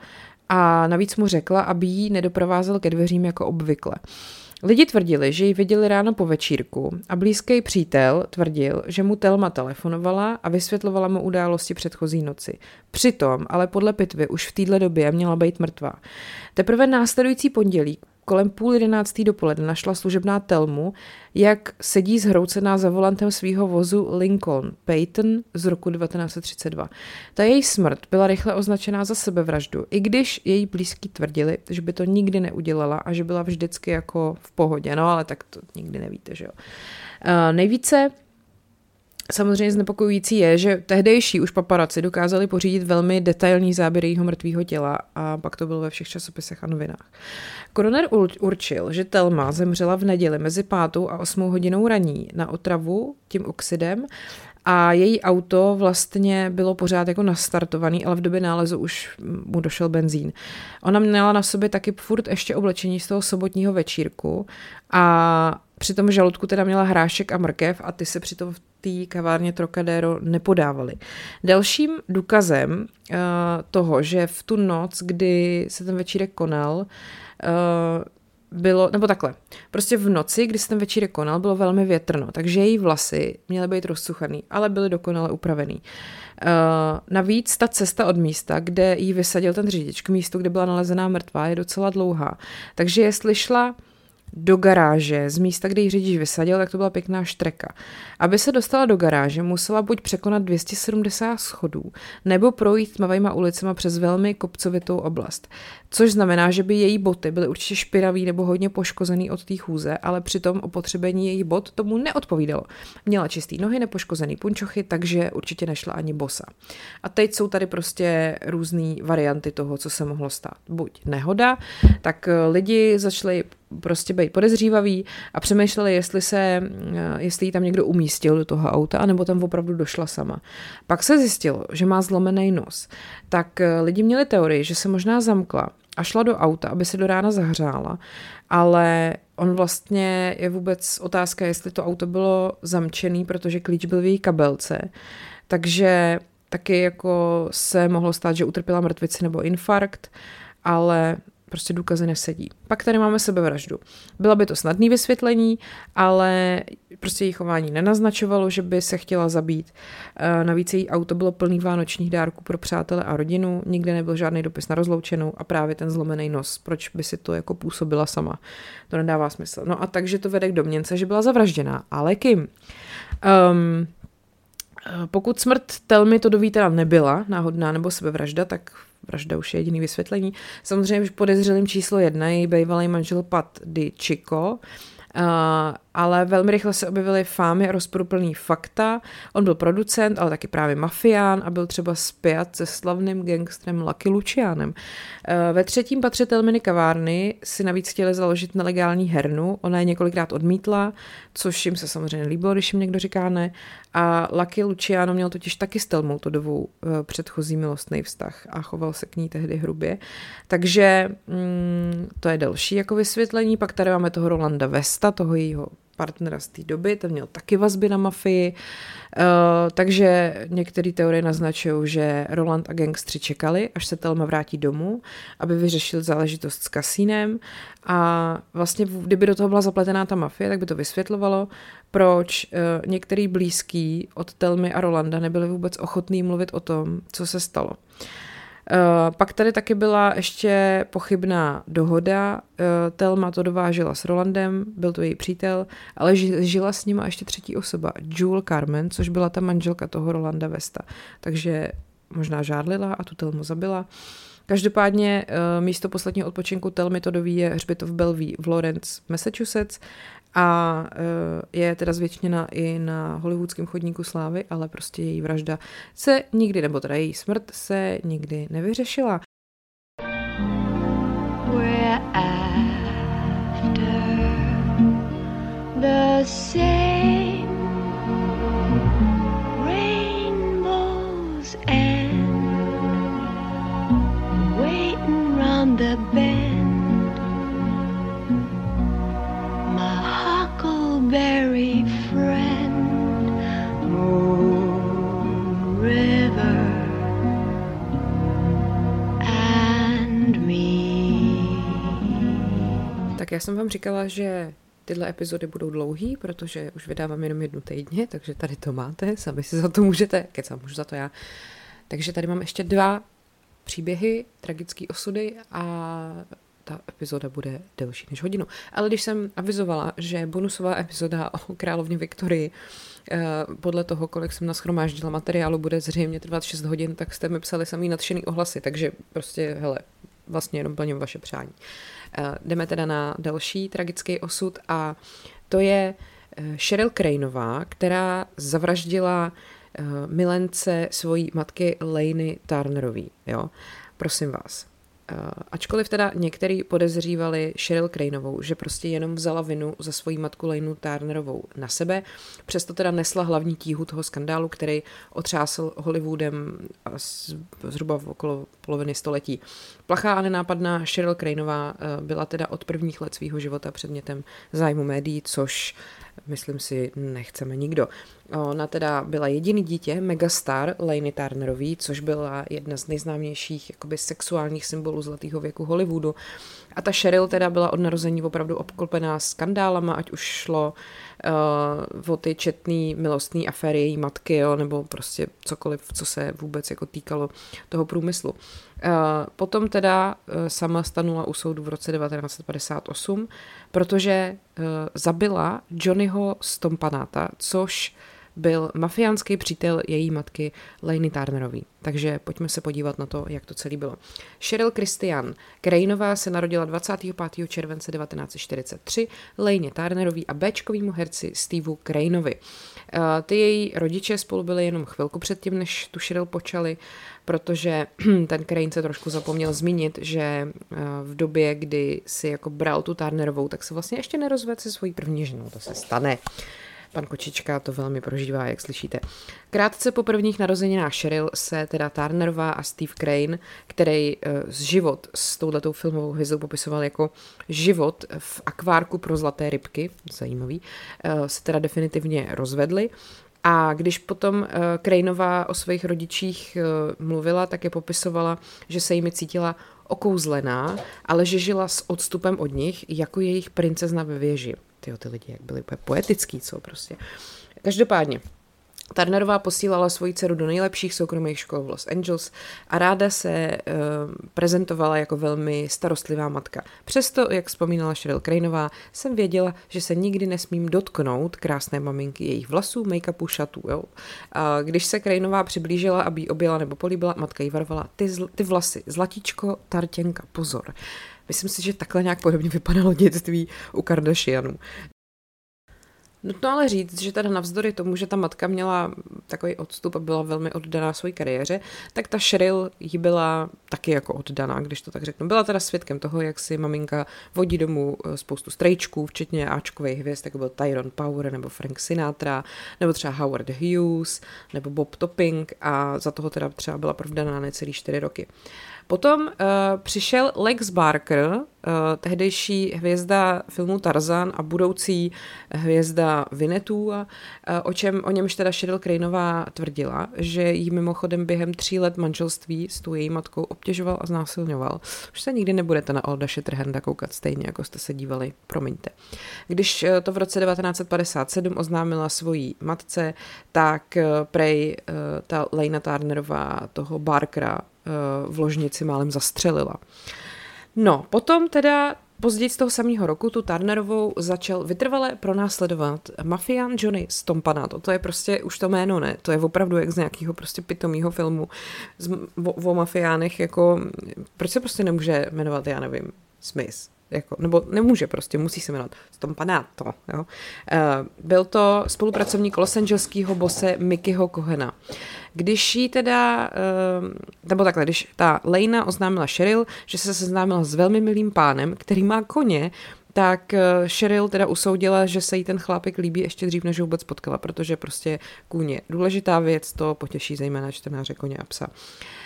a navíc mu řekla, aby ji nedoprovázel ke dveřím jako obvykle. Lidi tvrdili, že ji viděli ráno po večírku a blízký přítel tvrdil, že mu Thelma telefonovala a vysvětlovala mu události předchozí noci. Přitom, ale podle pitvy už v téhle době měla být mrtvá. Teprve následující pondělí kolem 10:30 dopoledne našla služebná Thelmu, jak sedí zhroucená za volantem svého vozu Lincoln Peyton z roku 1932. Ta její smrt byla rychle označená za sebevraždu, i když její blízký tvrdili, že by to nikdy neudělala a že byla vždycky jako v pohodě. No ale tak to nikdy nevíte, že jo. Nejvíce samozřejmě znepokojující je, že tehdejší už paparazzi dokázali pořídit velmi detailní záběr jejího mrtvého těla a pak to bylo ve všech časopisech a novinách. Koroner určil, že Thelma zemřela v neděli mezi 5. a 8 hodinou raní na otravu tím oxidem a její auto vlastně bylo pořád jako nastartovaný, ale v době nálezu už mu došel benzín. Ona měla na sobě taky furt ještě oblečení z toho sobotního večírku a při tom žaludku teda měla hrášek a mrkev a ty se přitom v té kavárně Trocadero nepodávaly. Dalším důkazem toho, že v tu noc, kdy se ten večírek konal, bylo, nebo takhle, prostě v noci, kdy se ten večírek konal, bylo velmi větrno, takže její vlasy měly být rozsuchaný, ale byly dokonale upravený. Navíc ta cesta od místa, kde jí vysadil ten řidič k místu, kde byla nalezená mrtvá, je docela dlouhá. Takže jestli šla do garáže z místa, kde ji řidič vysadil, tak to byla pěkná štreka. Aby se dostala do garáže, musela buď překonat 270 schodů, nebo projít tmavýma ulicema přes velmi kopcovitou oblast. Což znamená, že by její boty byly určitě špinavý nebo hodně poškozený od té chůze, ale přitom opotřebení jejich bot tomu neodpovídalo. Měla čistý nohy, nepoškozený punčochy, takže určitě nešla ani bosa. A teď jsou tady prostě různé varianty toho, co se mohlo stát. Buď nehoda, tak lidi začali prostě být podezřívaví a přemýšleli, jestli jí tam někdo umístil do toho auta, anebo tam opravdu došla sama. Pak se zjistilo, že má zlomený nos. Tak lidi měli teorii, že se možná zamkla a šla do auta, aby se do rána zahřála, ale on vlastně je vůbec otázka, jestli to auto bylo zamčený, protože klíč byl v její kabelce. Takže taky jako se mohlo stát, že utrpěla mrtvici nebo infarkt, ale prostě důkazy nesedí. Pak tady máme sebevraždu. Byla by to snadné vysvětlení, ale prostě její chování nenaznačovalo, že by se chtěla zabít. Navíc její auto bylo plný vánočních dárků pro přátele a rodinu, nikde nebyl žádný dopis na rozloučenou a právě ten zlomený nos. Proč by si to jako působila sama? To nedává smysl. No a takže to vede k domněnce, že byla zavražděná. Ale kým? Pokud smrt Thelmy Toddový teda nebyla náhodná nebo sebevražda, tak vražda už je jediný vysvětlení. Samozřejmě podezřelým číslo 1 je její bývalý manžel Pat DiCicco, ale velmi rychle se objevily fámy a rozporuplný fakta. On byl producent, ale taky právě mafián a byl třeba spjat se slavným gangstrem Lucky Lucianem. Ve 3. patře Thelminy kavárny si navíc chtěli založit nelegální hernu. Ona je několikrát odmítla, což jim se samozřejmě líbilo, když jim někdo říká ne. A Lucky Luciano měl totiž taky s Thelmou Toddovou předchozí milostný vztah a choval se k ní tehdy hrubě. Takže to je další jako vysvětlení. Pak tady máme toho Rolanda Westa, toho jejího partnera z té doby, ten měl taky vazby na mafii, takže některé teorie naznačují, že Roland a gangstři čekali, až se Thelma vrátí domů, aby vyřešil záležitost s kasínem a vlastně kdyby do toho byla zapletená ta mafie, tak by to vysvětlovalo, proč některý blízký od Thelmy a Rolanda nebyli vůbec ochotní mluvit o tom, co se stalo. Pak tady taky byla ještě pochybná dohoda. Thelma Toddová žila s Rolandem, byl to její přítel, ale žila s ním a ještě třetí osoba, Jewel Carmen, což byla ta manželka toho Rolanda Westa. Takže možná žádlila a tu Thelmu zabila. Každopádně místo posledního odpočinku Thelmy Toddový je hřbitov Bellevue v Lawrence, Massachusetts a je teda zvětšněna i na hollywoodském chodníku slávy, ale prostě její vražda se nikdy, nebo teda její smrt se nikdy nevyřešila. We're after the same rainbow's end, waiting round the bend. My huckleberry friend, Moon River and me. Tak já jsem vám říkala, že tyhle epizody budou dlouhý, protože už vydávám jenom 1 týdně, takže tady to máte, sami si za to můžete, kecám, můžu za to já. Takže tady mám ještě 2 příběhy, tragické osudy a ta epizoda bude delší než hodinu. Ale když jsem avizovala, že bonusová epizoda o královně Viktorii podle toho, kolik jsem nashromáždila materiálu, bude zřejmě trvat 6 hodin, tak jste mi psali samý nadšený ohlasy, takže prostě, hele, vlastně jenom plním vaše přání. Jdeme teda na další tragický osud a to je Cheryl Craneová, která zavraždila milence svojí matky Lainey Turnerový. Jo? Prosím vás. Ačkoliv teda některý podezřívali Cheryl Craneovou, že prostě jenom vzala vinu za svoji matku Lainey Turnerovou na sebe, přesto teda nesla hlavní tíhu toho skandálu, který otřásl Hollywoodem zhruba v okolo poloviny století. Plachá a nenápadná Cheryl Craneová byla teda od prvních let svého života předmětem zájmu médií, což myslím si nechceme nikdo. Ona teda byla jediný dítě, megastar Lainey Turnerový, což byla jedna z nejznámějších jakoby sexuálních symbolů zlatého věku Hollywoodu. A ta Cheryl teda byla od narození opravdu obklopená skandálama, ať už šlo o ty četný milostný aféry její matky, jo, nebo prostě cokoliv, co se vůbec jako týkalo toho průmyslu. Potom teda sama stanula u soudu v roce 1958, protože zabila Johnnyho Stompanata, což byl mafiánský přítel její matky Lainey Turnerový. Takže pojďme se podívat na to, jak to celé bylo. Cheryl Christian Craneová se narodila 25. července 1943 Lainey Turnerový a béčkovýmu herci Steveu Craneovi. Ty její rodiče spolu byli jenom chvilku předtím, než tu Cheryl počali, protože ten Crane se trošku zapomněl zmínit, že v době, kdy si jako bral tu Turnerovou, tak se vlastně ještě nerozvedl se svojí první ženou. To se stane. Pan Kočička to velmi prožívá, jak slyšíte. Krátce po prvních narozeninách Cheryl se teda Turnerová a Steve Crane, který život s touhletou filmovou hvězdou popisoval jako život v akvárku pro zlaté rybky, zajímavý, se teda definitivně rozvedli. A když potom Craneová o svých rodičích mluvila, tak je popisovala, že se jimi cítila okouzlená, ale že žila s odstupem od nich jako jejich princezna ve věži. Tyjo, ty lidi, jak byli úplně poetický, co prostě. Každopádně, Turnerová posílala svoji dceru do nejlepších soukromých škol v Los Angeles a ráda se prezentovala jako velmi starostlivá matka. Přesto, jak vzpomínala Cheryl Craneová, jsem věděla, že se nikdy nesmím dotknout krásné maminky, jejich vlasů, make-upu, šatů. Jo? A když se Craneová přiblížila, aby ji objela nebo políbila, matka jí varovala, ty vlasy, zlatíčko, tartěnka, pozor. Myslím si, že takhle nějak podobně vypadalo dětství u Kardashianů. Nutno ale říct, že teda navzdory tomu, že ta matka měla takový odstup a byla velmi oddaná své kariéře, tak ta Cheryl jí byla taky jako oddaná, když to tak řeknu. Byla teda svědkem toho, jak si maminka vodí domů spoustu strejčků, včetně áčkových hvězd, jako byl Tyrone Power, nebo Frank Sinatra, nebo třeba Howard Hughes, nebo Bob Topping a za toho teda třeba byla provdaná necelý 4 roky. Potom přišel Lex Barker, tehdejší hvězda filmu Tarzan a budoucí hvězda Vinetu, o němž teda Cheryl Craneová tvrdila, že jí mimochodem během 3 let manželství s tou její matkou obtěžoval a znásilňoval. Už se nikdy nebudete na Olda Shatterhanda koukat stejně, jako jste se dívali, promiňte. Když to v roce 1957 oznámila svojí matce, tak prej ta Lena Turnerová toho Barkera v ložnici málem zastřelila. No, potom teda později z toho samého roku tu Turnerovou začal vytrvale pronásledovat mafián Johnny Stompanato. To je prostě už to jméno, ne? To je opravdu jak z nějakého prostě pitomýho filmu o mafiánech, jako proč se prostě nemůže jmenovat, já nevím, Smith? Jako, nebo nemůže prostě, musí se jmenovat Stompanato. Jo? Byl to spolupracovník losangelského bose Mickeyho Cohena. Když jí teda, nebo takhle, když ta Lena oznámila Cheryl, že se seznámila s velmi milým pánem, který má koně, tak Cheryl teda usoudila, že se jí ten chlápek líbí ještě dřív, než ho vůbec potkala, protože prostě kůň je důležitá věc, to potěší zejména čtenáře koně a psa.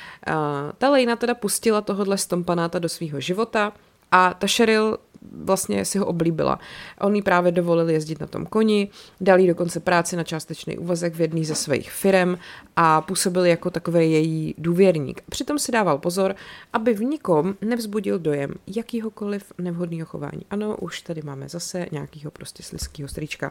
Ta Lena teda pustila tohodle Stompanáta do svého života a ta Cheryl vlastně si ho oblíbila. On jí právě dovolil jezdit na tom koni, dal jí dokonce práci na částečný úvazek v jedné ze svých firem a působil jako takový její důvěrník. Přitom si dával pozor, aby v nikom nevzbudil dojem jakýhokoliv nevhodného chování. Ano, už tady máme zase nějakýho prostě slizkýho strýčka.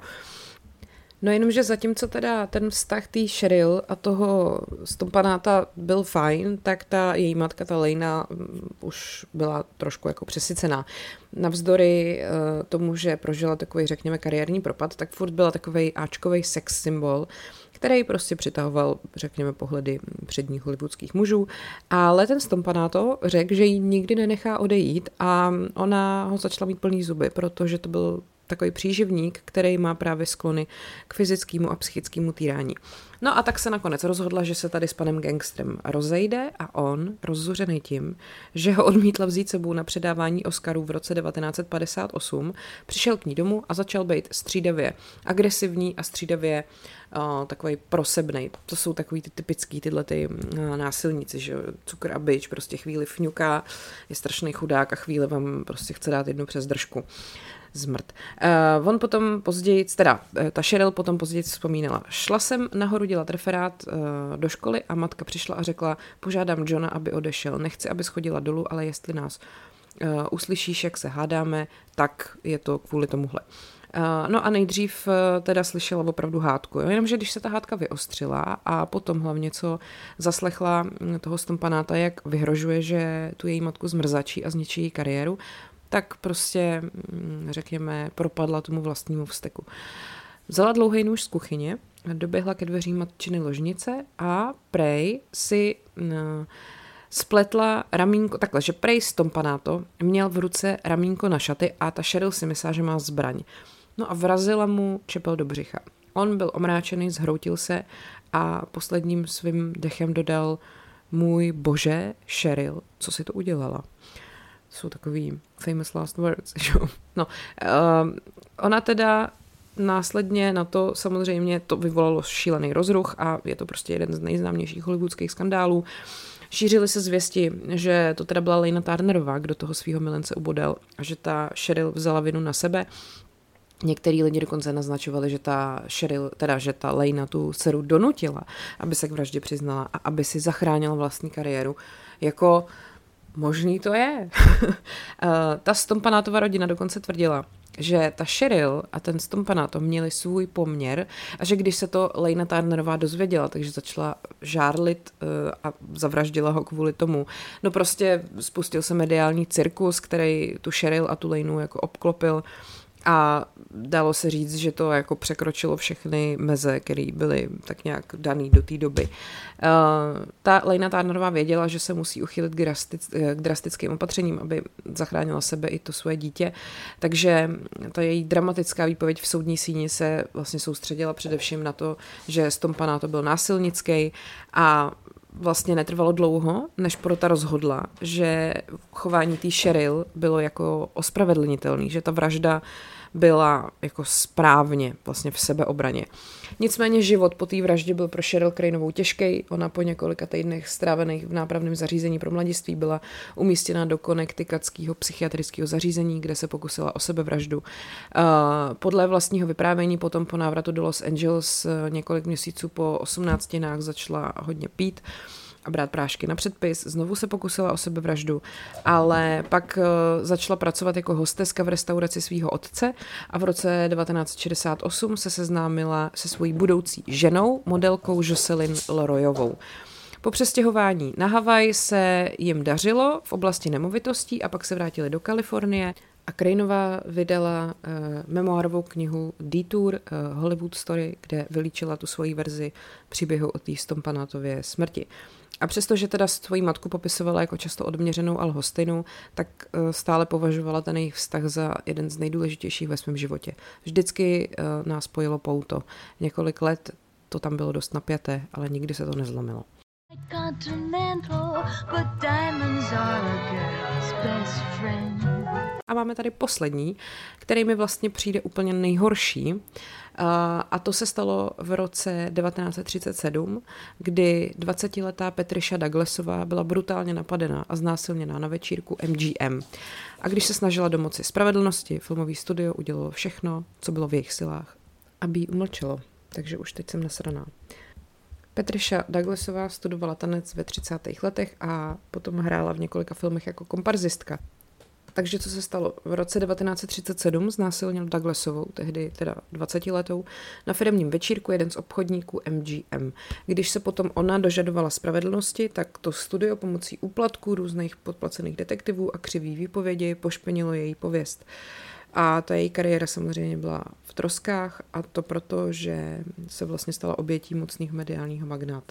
No jenomže zatímco teda ten vztah té Cheryl a toho Stompanáta byl fajn, tak ta její matka, ta Lena, už byla trošku jako přesycená. Navzdory tomu, že prožila takový, řekněme, kariérní propad, tak furt byla takovej áčkovej sex symbol, který prostě přitahoval, řekněme, pohledy předních hollywoodských mužů. Ale ten Stompanato řekl, že jí nikdy nenechá odejít a ona ho začala mít plný zuby, protože to byl takový příživník, který má právě sklony k fyzickému a psychickému týrání. No a tak se nakonec rozhodla, že se tady s panem gangstrem rozejde a on, rozzuřený tím, že ho odmítla vzít sebou na předávání Oscarů v roce 1958, přišel k ní domů a začal být střídavě agresivní a střídavě takový prosebnej. To jsou takový ty typický tyhle ty násilníci, že cukr a bič, prostě chvíli fňuká, je strašný chudák a chvíli vám prostě chce dát jednu přes držku. Zmrt. On potom později, teda ta Cheryl potom později vzpomínala. Šla jsem nahoru dělat referát do školy a matka přišla a řekla, požádám Johna, aby odešel. Nechci, aby schodila dolů, ale jestli nás uslyšíš, jak se hádáme, tak je to kvůli tomuhle. No a nejdřív teda slyšela opravdu hádku, jo? Jenomže když se ta hádka vyostřila a potom hlavně co zaslechla toho Stompanáta, jak vyhrožuje, že tu její matku zmrzačí a zničí její kariéru, tak prostě, řekněme, propadla tomu vlastnímu vzteku. Vzala dlouhý nůž z kuchyně, doběhla ke dveřím matčiny ložnice a prej si spletla ramínko, takhle, že prej Stompanato měl v ruce ramínko na šaty a ta Cheryl si myslela, že má zbraň. No a vrazila mu čepel do břicha. On byl omráčený, zhroutil se a posledním svým dechem dodal, můj bože, Cheryl, co si to udělala? Jsou takový famous last words. No, ona teda následně na to samozřejmě to vyvolalo šílený rozruch a je to prostě jeden z nejznámějších hollywoodských skandálů. Šířily se zvěsti, že to teda byla Lena Turnerová, kdo toho svého milence ubodal a že ta Cheryl vzala vinu na sebe. Některý lidi dokonce naznačovali, že ta Cheryl, teda že ta Lejna tu dceru donutila, aby se k vraždě přiznala a aby si zachránila vlastní kariéru. Jako možný to je. Ta Stompanátova rodina dokonce tvrdila, že ta Cheryl a ten Stompanato měli svůj poměr a že když se to Lejna Turnerová dozvěděla, takže začala žárlit a zavraždila ho kvůli tomu. No prostě spustil se mediální cirkus, který tu Cheryl a tu Lejnu jako obklopil a dalo se říct, že to jako překročilo všechny meze, které byly tak nějak daný do té doby. Ta Lejna Turnerová věděla, že se musí uchylit k drastickým opatřením, aby zachránila sebe i to svoje dítě, takže ta její dramatická výpověď v soudní síni se vlastně soustředila především na to, že Stompanato byl násilnický a vlastně netrvalo dlouho, než porota rozhodla, že chování té Cheryl bylo jako ospravedlnitelný, že ta vražda byla jako správně vlastně v sebeobraně. Nicméně život po té vraždě byl pro Cheryl Craneovou těžký. Ona po několika týdnech strávených v nápravném zařízení pro mladiství byla umístěna do Connecticutského psychiatrického zařízení, kde se pokusila o sebevraždu. Podle vlastního vyprávění potom po návratu do Los Angeles několik měsíců po 18 začala hodně pít a brát prášky na předpis. Znovu se pokusila o sebevraždu, ale pak začala pracovat jako hosteska v restauraci svého otce a v roce 1968 se seznámila se svojí budoucí ženou, modelkou Jocelyn Leroyovou. Po přestěhování na Havaj se jim dařilo v oblasti nemovitostí a pak se vrátili do Kalifornie a Craneová vydala memoárovou knihu Detour Hollywood Story, kde vylíčila tu svoji verzi příběhu o té Stompanatově smrti. A přestože teda svoji matku popisovala jako často odměřenou a lhostejnou, tak stále považovala ten jejich vztah za jeden z nejdůležitějších ve svém životě. Vždycky nás spojilo pouto. Několik let to tam bylo dost napjaté, ale nikdy se to nezlomilo. A máme tady poslední, který mi vlastně přijde úplně nejhorší. A to se stalo v roce 1937, kdy 20letá Patricia Douglasová byla brutálně napadena a znásilněná na večírku MGM. A když se snažila domoci spravedlnosti, filmový studio udělalo všechno, co bylo v jejich silách, aby ji umlčelo. Takže už teď jsem nasraná. Patricia Douglasová studovala tanec ve 30. letech a potom hrála v několika filmech jako komparzistka. Takže co se stalo? V roce 1937 znásilnil Douglasovou, tehdy teda 20letou, na firemním večírku jeden z obchodníků MGM. Když se potom ona dožadovala spravedlnosti, tak to studio pomocí úplatků různých podplacených detektivů a křivý výpovědi pošpinilo její pověst. A ta její kariéra samozřejmě byla v troskách a to proto, že se vlastně stala obětí mocných mediálního magnáta.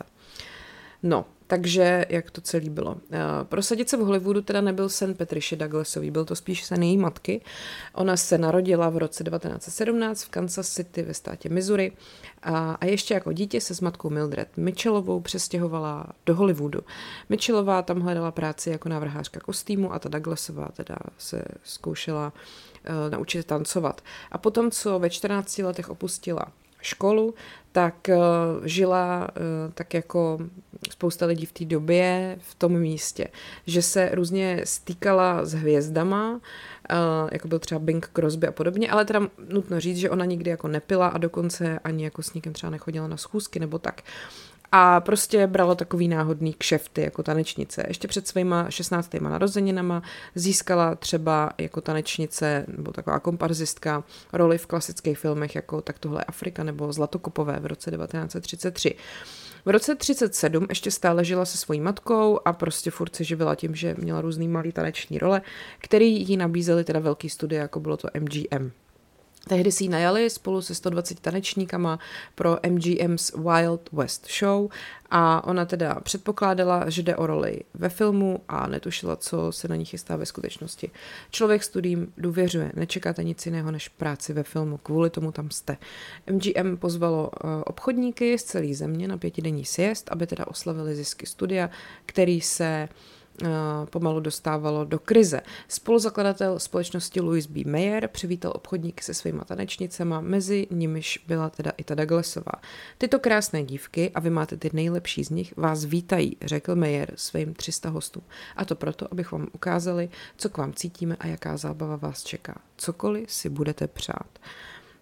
No, takže jak to celé bylo. Prosadit se v Hollywoodu teda nebyl sen Patricia Douglasový, byl to spíš sen její matky. Ona se narodila v roce 1917 v Kansas City ve státě Missouri a ještě jako dítě se s matkou Mildred Mitchellovou přestěhovala do Hollywoodu. Mitchellová tam hledala práci jako návrhářka kostýmu a ta Douglasová teda se zkoušela naučit tancovat. A potom, co ve 14 letech opustila školu, tak žila tak jako spousta lidí v té době v tom místě, že se různě stýkala s hvězdama, jako byl třeba Bing Crosby a podobně, ale teda nutno říct, že ona nikdy jako nepila a dokonce ani jako s nikým třeba nechodila na schůzky nebo tak. A prostě brala takový náhodný kšefty jako tanečnice. Ještě před svýma 16. narozeninama získala třeba jako tanečnice nebo taková komparzistka roli v klasických filmech jako Tak tohle je Afrika nebo Zlatokopové v roce 1933. V roce 1937 ještě stále žila se svojí matkou a prostě furt se živila tím, že měla různý malý taneční role, který jí nabízely teda velký studia, jako bylo to MGM. Tehdy si ji najali spolu se 120 tanečníkama pro MGM's Wild West Show a ona teda předpokládala, že jde o roli ve filmu a netušila, co se na ní chystá ve skutečnosti. Člověk studiím důvěřuje, nečekáte nic jiného než práci ve filmu, kvůli tomu tam jste. MGM pozvalo obchodníky z celé země na 5denní sjezd, aby teda oslavili zisky studia, který se pomalu dostávalo do krize. Spoluzakladatel společnosti Louis B. Mayer přivítal obchodníky se svýma tanečnicema, mezi nimiž byla teda i ta Douglasová. Tyto krásné dívky, a vy máte ty nejlepší z nich, vás vítají, řekl Mayer svým 300 hostům. A to proto, abych vám ukázali, co k vám cítíme a jaká zábava vás čeká. Cokoliv si budete přát.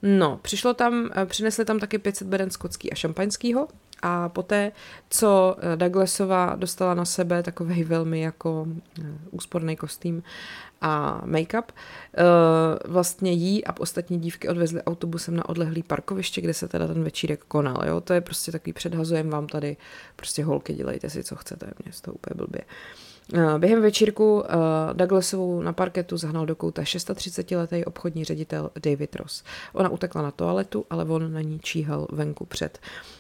No, přinesli tam taky 500 beden skotský a šampaňskýho a poté, co Douglasová dostala na sebe takovej velmi jako úsporný kostým a make-up, vlastně jí a ostatní dívky odvezly autobusem na odlehlý parkoviště, kde se teda ten večírek konal, jo, to je prostě takový předhazujem vám tady, prostě holky, dělejte si, co chcete, mě z toho úplně blbě. Během večírku Douglasovou na parketu zahnal do kouta 36letý obchodní ředitel David Ross. Ona utekla na toaletu, ale on na ní číhal venku před.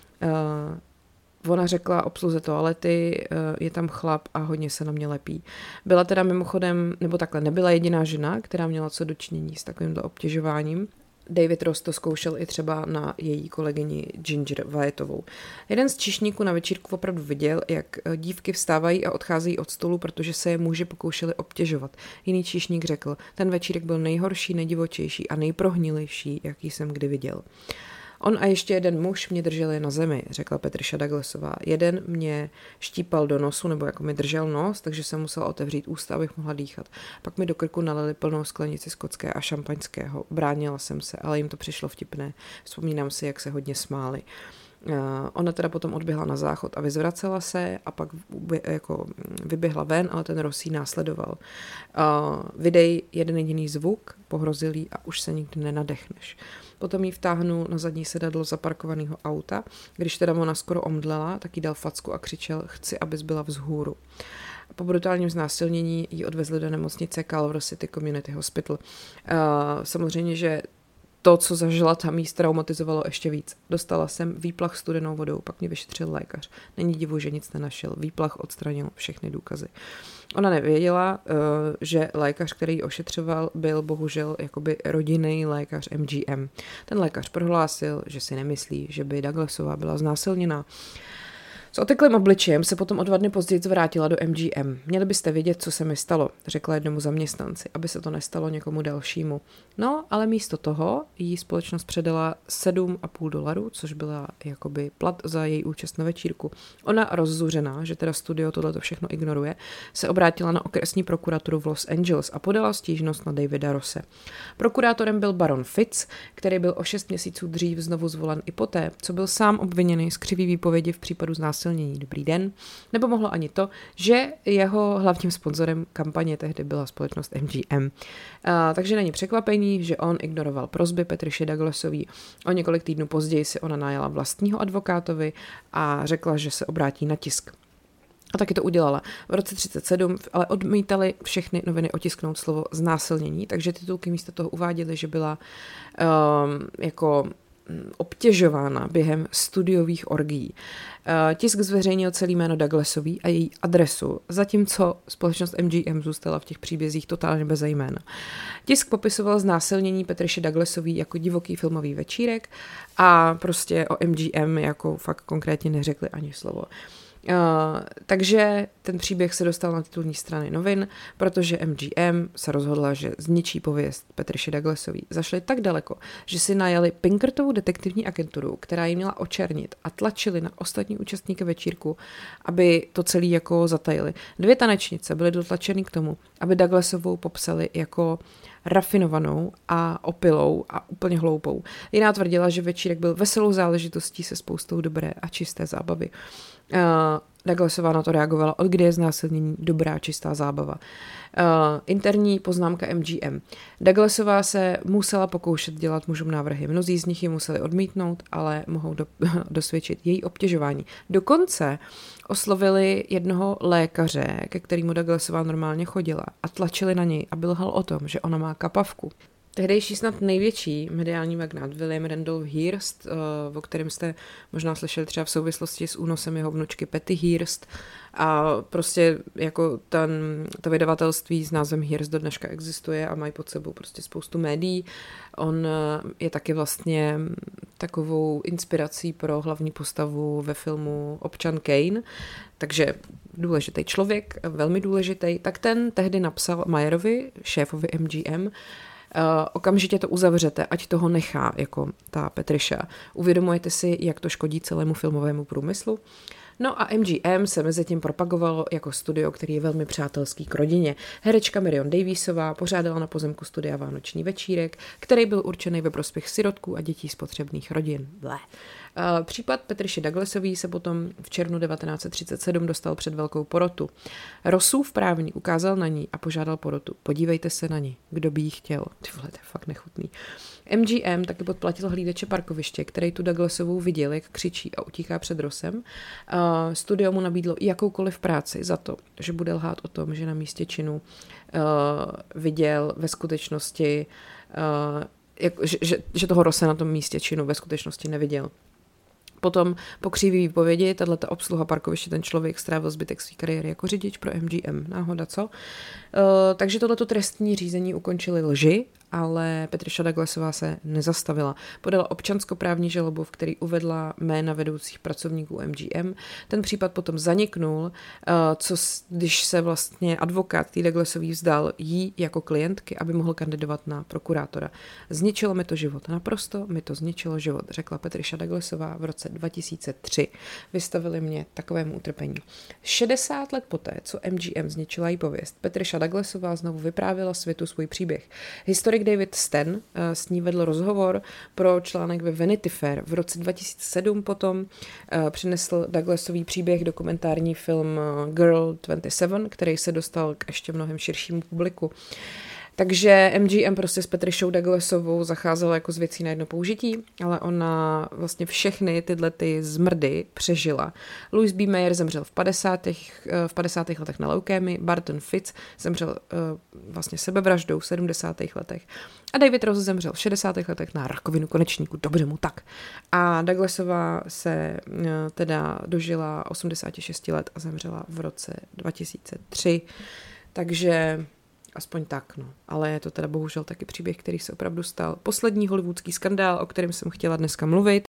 Ona řekla obsluze toalety, je tam chlap a hodně se na mě lepí. Byla teda mimochodem, nebo takhle, nebyla jediná žena, která měla co dočinění s takovýmhle obtěžováním. David Ross to zkoušel i třeba na její kolegyni Ginger Wyatovou. Jeden z číšníků na večírku opravdu viděl, jak dívky vstávají a odcházejí od stolu, protože se je muži pokoušeli obtěžovat. Jiný číšník řekl, ten večírek byl nejhorší, nejdivočejší a nejprohnilejší, jaký jsem kdy viděl. On a ještě jeden muž mě drželi na zemi, řekla Patricia Douglasová. Jeden mě štípal do nosu, nebo jako mi držel nos, takže jsem musela otevřít ústa, abych mohla dýchat. Pak mi do krku nalili plnou sklenici skotské a šampaňského. Bránila jsem se, ale jim to přišlo vtipné. Vzpomínám si, jak se hodně smáli. Ona teda potom odběhla na záchod a vyzvracela se a pak jako vyběhla ven, ale ten Ross jí následoval. Vydej jeden jediný zvuk, pohrozil jí a už se nikdy nenadechneš. Potom jí vtáhnul na zadní sedadlo zaparkovaného auta. Když teda ona skoro omdlela, tak jí dal facku a křičel, chci, abys byla vzhůru. Po brutálním znásilnění ji odvezli do nemocnice Culver City Community Hospital. Samozřejmě, že to, co zažila tam, jí traumatizovalo ještě víc. Dostala jsem výplach studenou vodou, pak mě vyšetřil lékař. Není divu, že nic nenašel. Výplach odstranil všechny důkazy. Ona nevěděla, že lékař, který ji ošetřoval, byl bohužel jakoby rodinný lékař MGM. Ten lékař prohlásil, že si nemyslí, že by Douglasová byla znásilněná. S oteklým obličejem se potom o 2 dny později vrátila do MGM. Měli byste vědět, co se mi stalo, řekla jednomu zaměstnanci, aby se to nestalo někomu dalšímu. No, ale místo toho jí společnost předala $7,5, což byla jakoby plat za její účast na večírku. Ona rozzuřená, že teda studio tohleto všechno ignoruje, se obrátila na okresní prokuraturu v Los Angeles a podala stížnost na Davida Rosse. Prokurátorem byl baron Fitz, který byl o 6 měsíců dřív znovu zvolen i poté, co byl sám obviněný z křivý výpovědi v případu znásilnění. Dobrý den. Nebo mohlo ani to, že jeho hlavním sponzorem kampaně tehdy byla společnost MGM. Takže není překvapení, že on ignoroval prosby Patricie Douglasové. O několik týdnů později si ona najala vlastního advokátovi a řekla, že se obrátí na tisk. A taky to udělala. V roce 1937 ale odmítali všechny noviny otisknout slovo znásilnění, takže titulky místo toho uváděly, že byla jako obtěžována během studiových orgií. Tisk zveřejnil celý jméno Douglasový a její adresu, zatímco společnost MGM zůstala v těch příbězích totálně bez jména. Tisk popisoval znásilnění Patricie Douglasový jako divoký filmový večírek a prostě o MGM jako fakt konkrétně neřekli ani slovo. Takže ten příběh se dostal na titulní strany novin, protože MGM se rozhodla, že zničí pověst Patricie Douglasové. Zašli tak daleko, že si najali Pinkertovu detektivní agenturu, která ji měla očernit a tlačili na ostatní účastníky večírku, aby to celé jako zatajili. 2 tanečnice byly dotlačeny k tomu, aby Douglasovou popsali jako rafinovanou a opilou a úplně hloupou. Jiná tvrdila, že večírek byl veselou záležitostí se spoustou dobré a čisté zábavy. Douglasová na to reagovala, od kdy je znásilnění dobrá čistá zábava. Interní poznámka MGM. Douglasová se musela pokoušet dělat mužům návrhy. Mnozí z nich ji museli odmítnout, ale mohou dosvědčit její obtěžování. Dokonce oslovili jednoho lékaře, ke kterému Douglasová normálně chodila a tlačili na něj, aby lhal o tom, že ona má kapavku. Tehdejší snad největší mediální magnát William Randolph Hearst, o kterém jste možná slyšeli třeba v souvislosti s únosem jeho vnučky Patty Hearst, a prostě jako to vydavatelství s názvem Hearst do dneška existuje a mají pod sebou prostě spoustu médií. On je taky vlastně takovou inspirací pro hlavní postavu ve filmu Občan Kane, takže důležitý člověk, velmi důležitý, tak ten tehdy napsal Mayerovi, šéfovi MGM, Okamžitě to uzavřete, ať toho nechá, jako ta Patricia. Uvědomujete si, jak to škodí celému filmovému průmyslu? No a MGM se mezi tím propagovalo jako studio, který je velmi přátelský k rodině. Herečka Marion Daviesová pořádala na pozemku studia vánoční večírek, který byl určený ve prospěch sirotků a dětí z potřebných rodin. Případ Patricia Douglasový se potom v červnu 1937 dostal před velkou porotu. Rossův právník ukázal na ní a požádal porotu. Podívejte se na ní, kdo by jí chtěl. Ty vole, to je fakt nechutný. MGM taky podplatil hlídače parkoviště, který tu Douglasovou viděl, jak křičí a utíká před Rossem. Studio mu nabídlo jakoukoliv práci za to, že bude lhát o tom, že na místě činu viděl ve skutečnosti, že toho Rosse na tom místě činu ve skutečnosti neviděl. Potom po křivý výpovědi tato obsluha parkoviště ten člověk strávil zbytek své kariéry jako řidič pro MGM. Náhoda, co? Takže tohleto trestní řízení ukončili lži, ale Patricia Douglasová se nezastavila. Podala občanskoprávní žalobu, v který uvedla jména vedoucích pracovníků MGM. Ten případ potom zaniknul, když se vlastně advokát té Douglasový vzdal jí jako klientky, aby mohl kandidovat na prokurátora. Zničilo mi to život. Naprosto mi to zničilo život, řekla Patricia Douglasová v roce 2003. Vystavili mě takovému utrpení. 60 let poté, co MGM zničila jí pověst, Patricia Douglasová znovu vyprávěla světu svůj příběh. Historik David Sten s ní vedl rozhovor pro článek ve Vanity Fair. V roce 2007 potom přinesl Douglasový příběh dokumentární film Girl 27, který se dostal k ještě mnohem širšímu publiku. Takže MGM prostě s Patriciou Douglasovou zacházela jako z věcí na jedno použití, ale ona vlastně všechny tyhle ty zmrdy přežila. Louis B. Mayer zemřel v 50. letech na leukémii, Barton Fitz zemřel vlastně sebevraždou v 70. letech a David Ross zemřel v 60. letech na rakovinu konečníku, dobře mu tak. A Douglasová se teda dožila 86 let a zemřela v roce 2003, takže aspoň tak, no. Ale je to teda bohužel taky příběh, který se opravdu stal. Poslední hollywoodský skandál, o kterém jsem chtěla dneska mluvit.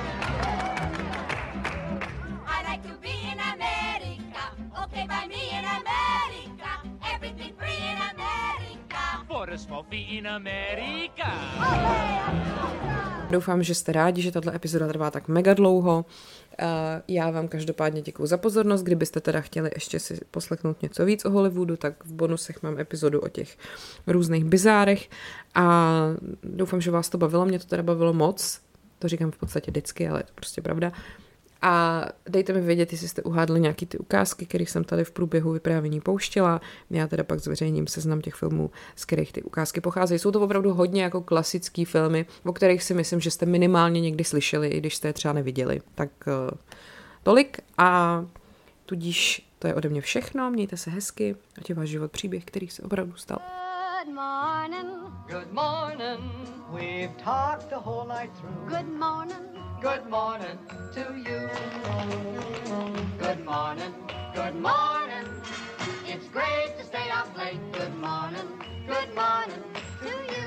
Doufám, že jste rádi, že tato epizoda trvá tak mega dlouho. Já vám každopádně děkuju za pozornost. Kdybyste teda chtěli ještě si poslechnout něco víc o Hollywoodu, tak v bonusech mám epizodu o těch různých bizárech a doufám, že vás to bavilo. Mě to teda bavilo moc. To říkám v podstatě vždycky, ale je to prostě pravda. A dejte mi vědět, jestli jste uhádli nějaký ty ukázky, kterých jsem tady v průběhu vyprávění pouštěla. Já teda pak zveřejním seznam těch filmů, z kterých ty ukázky pocházejí. Jsou to opravdu hodně jako klasický filmy, o kterých si myslím, že jste minimálně někdy slyšeli, i když jste je třeba neviděli. Tak tolik a tudíž to je ode mě všechno. Mějte se hezky, ať je váš život příběh, který se opravdu stal. Good morning. Good morning. We've talked the whole night through. Good morning. Good morning to you. Good morning. Good morning. It's great to stay up late. Good morning. Good morning to you.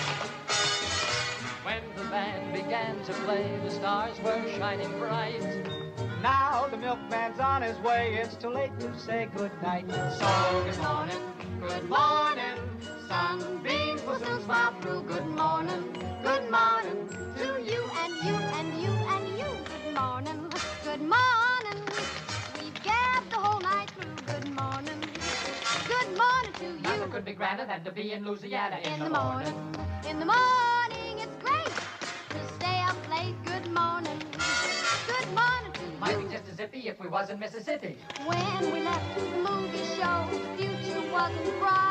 When the band began to play, the stars were shining bright. Now the milkman's on his way. It's too late to say good night. So good morning. Good morning. Sunbeams will soon smile through. Good morning. Good morning to you and you and you and you. Good morning. Good morning. We've gabbed the whole night through. Good morning. Good morning to you. Nothing could be grander than to be in Louisiana in the morning. In the morning, it's great to stay up late. Good morning. Good morning to you. Might be just as zippy if we was in Mississippi. When we left the movie show, the future wasn't bright.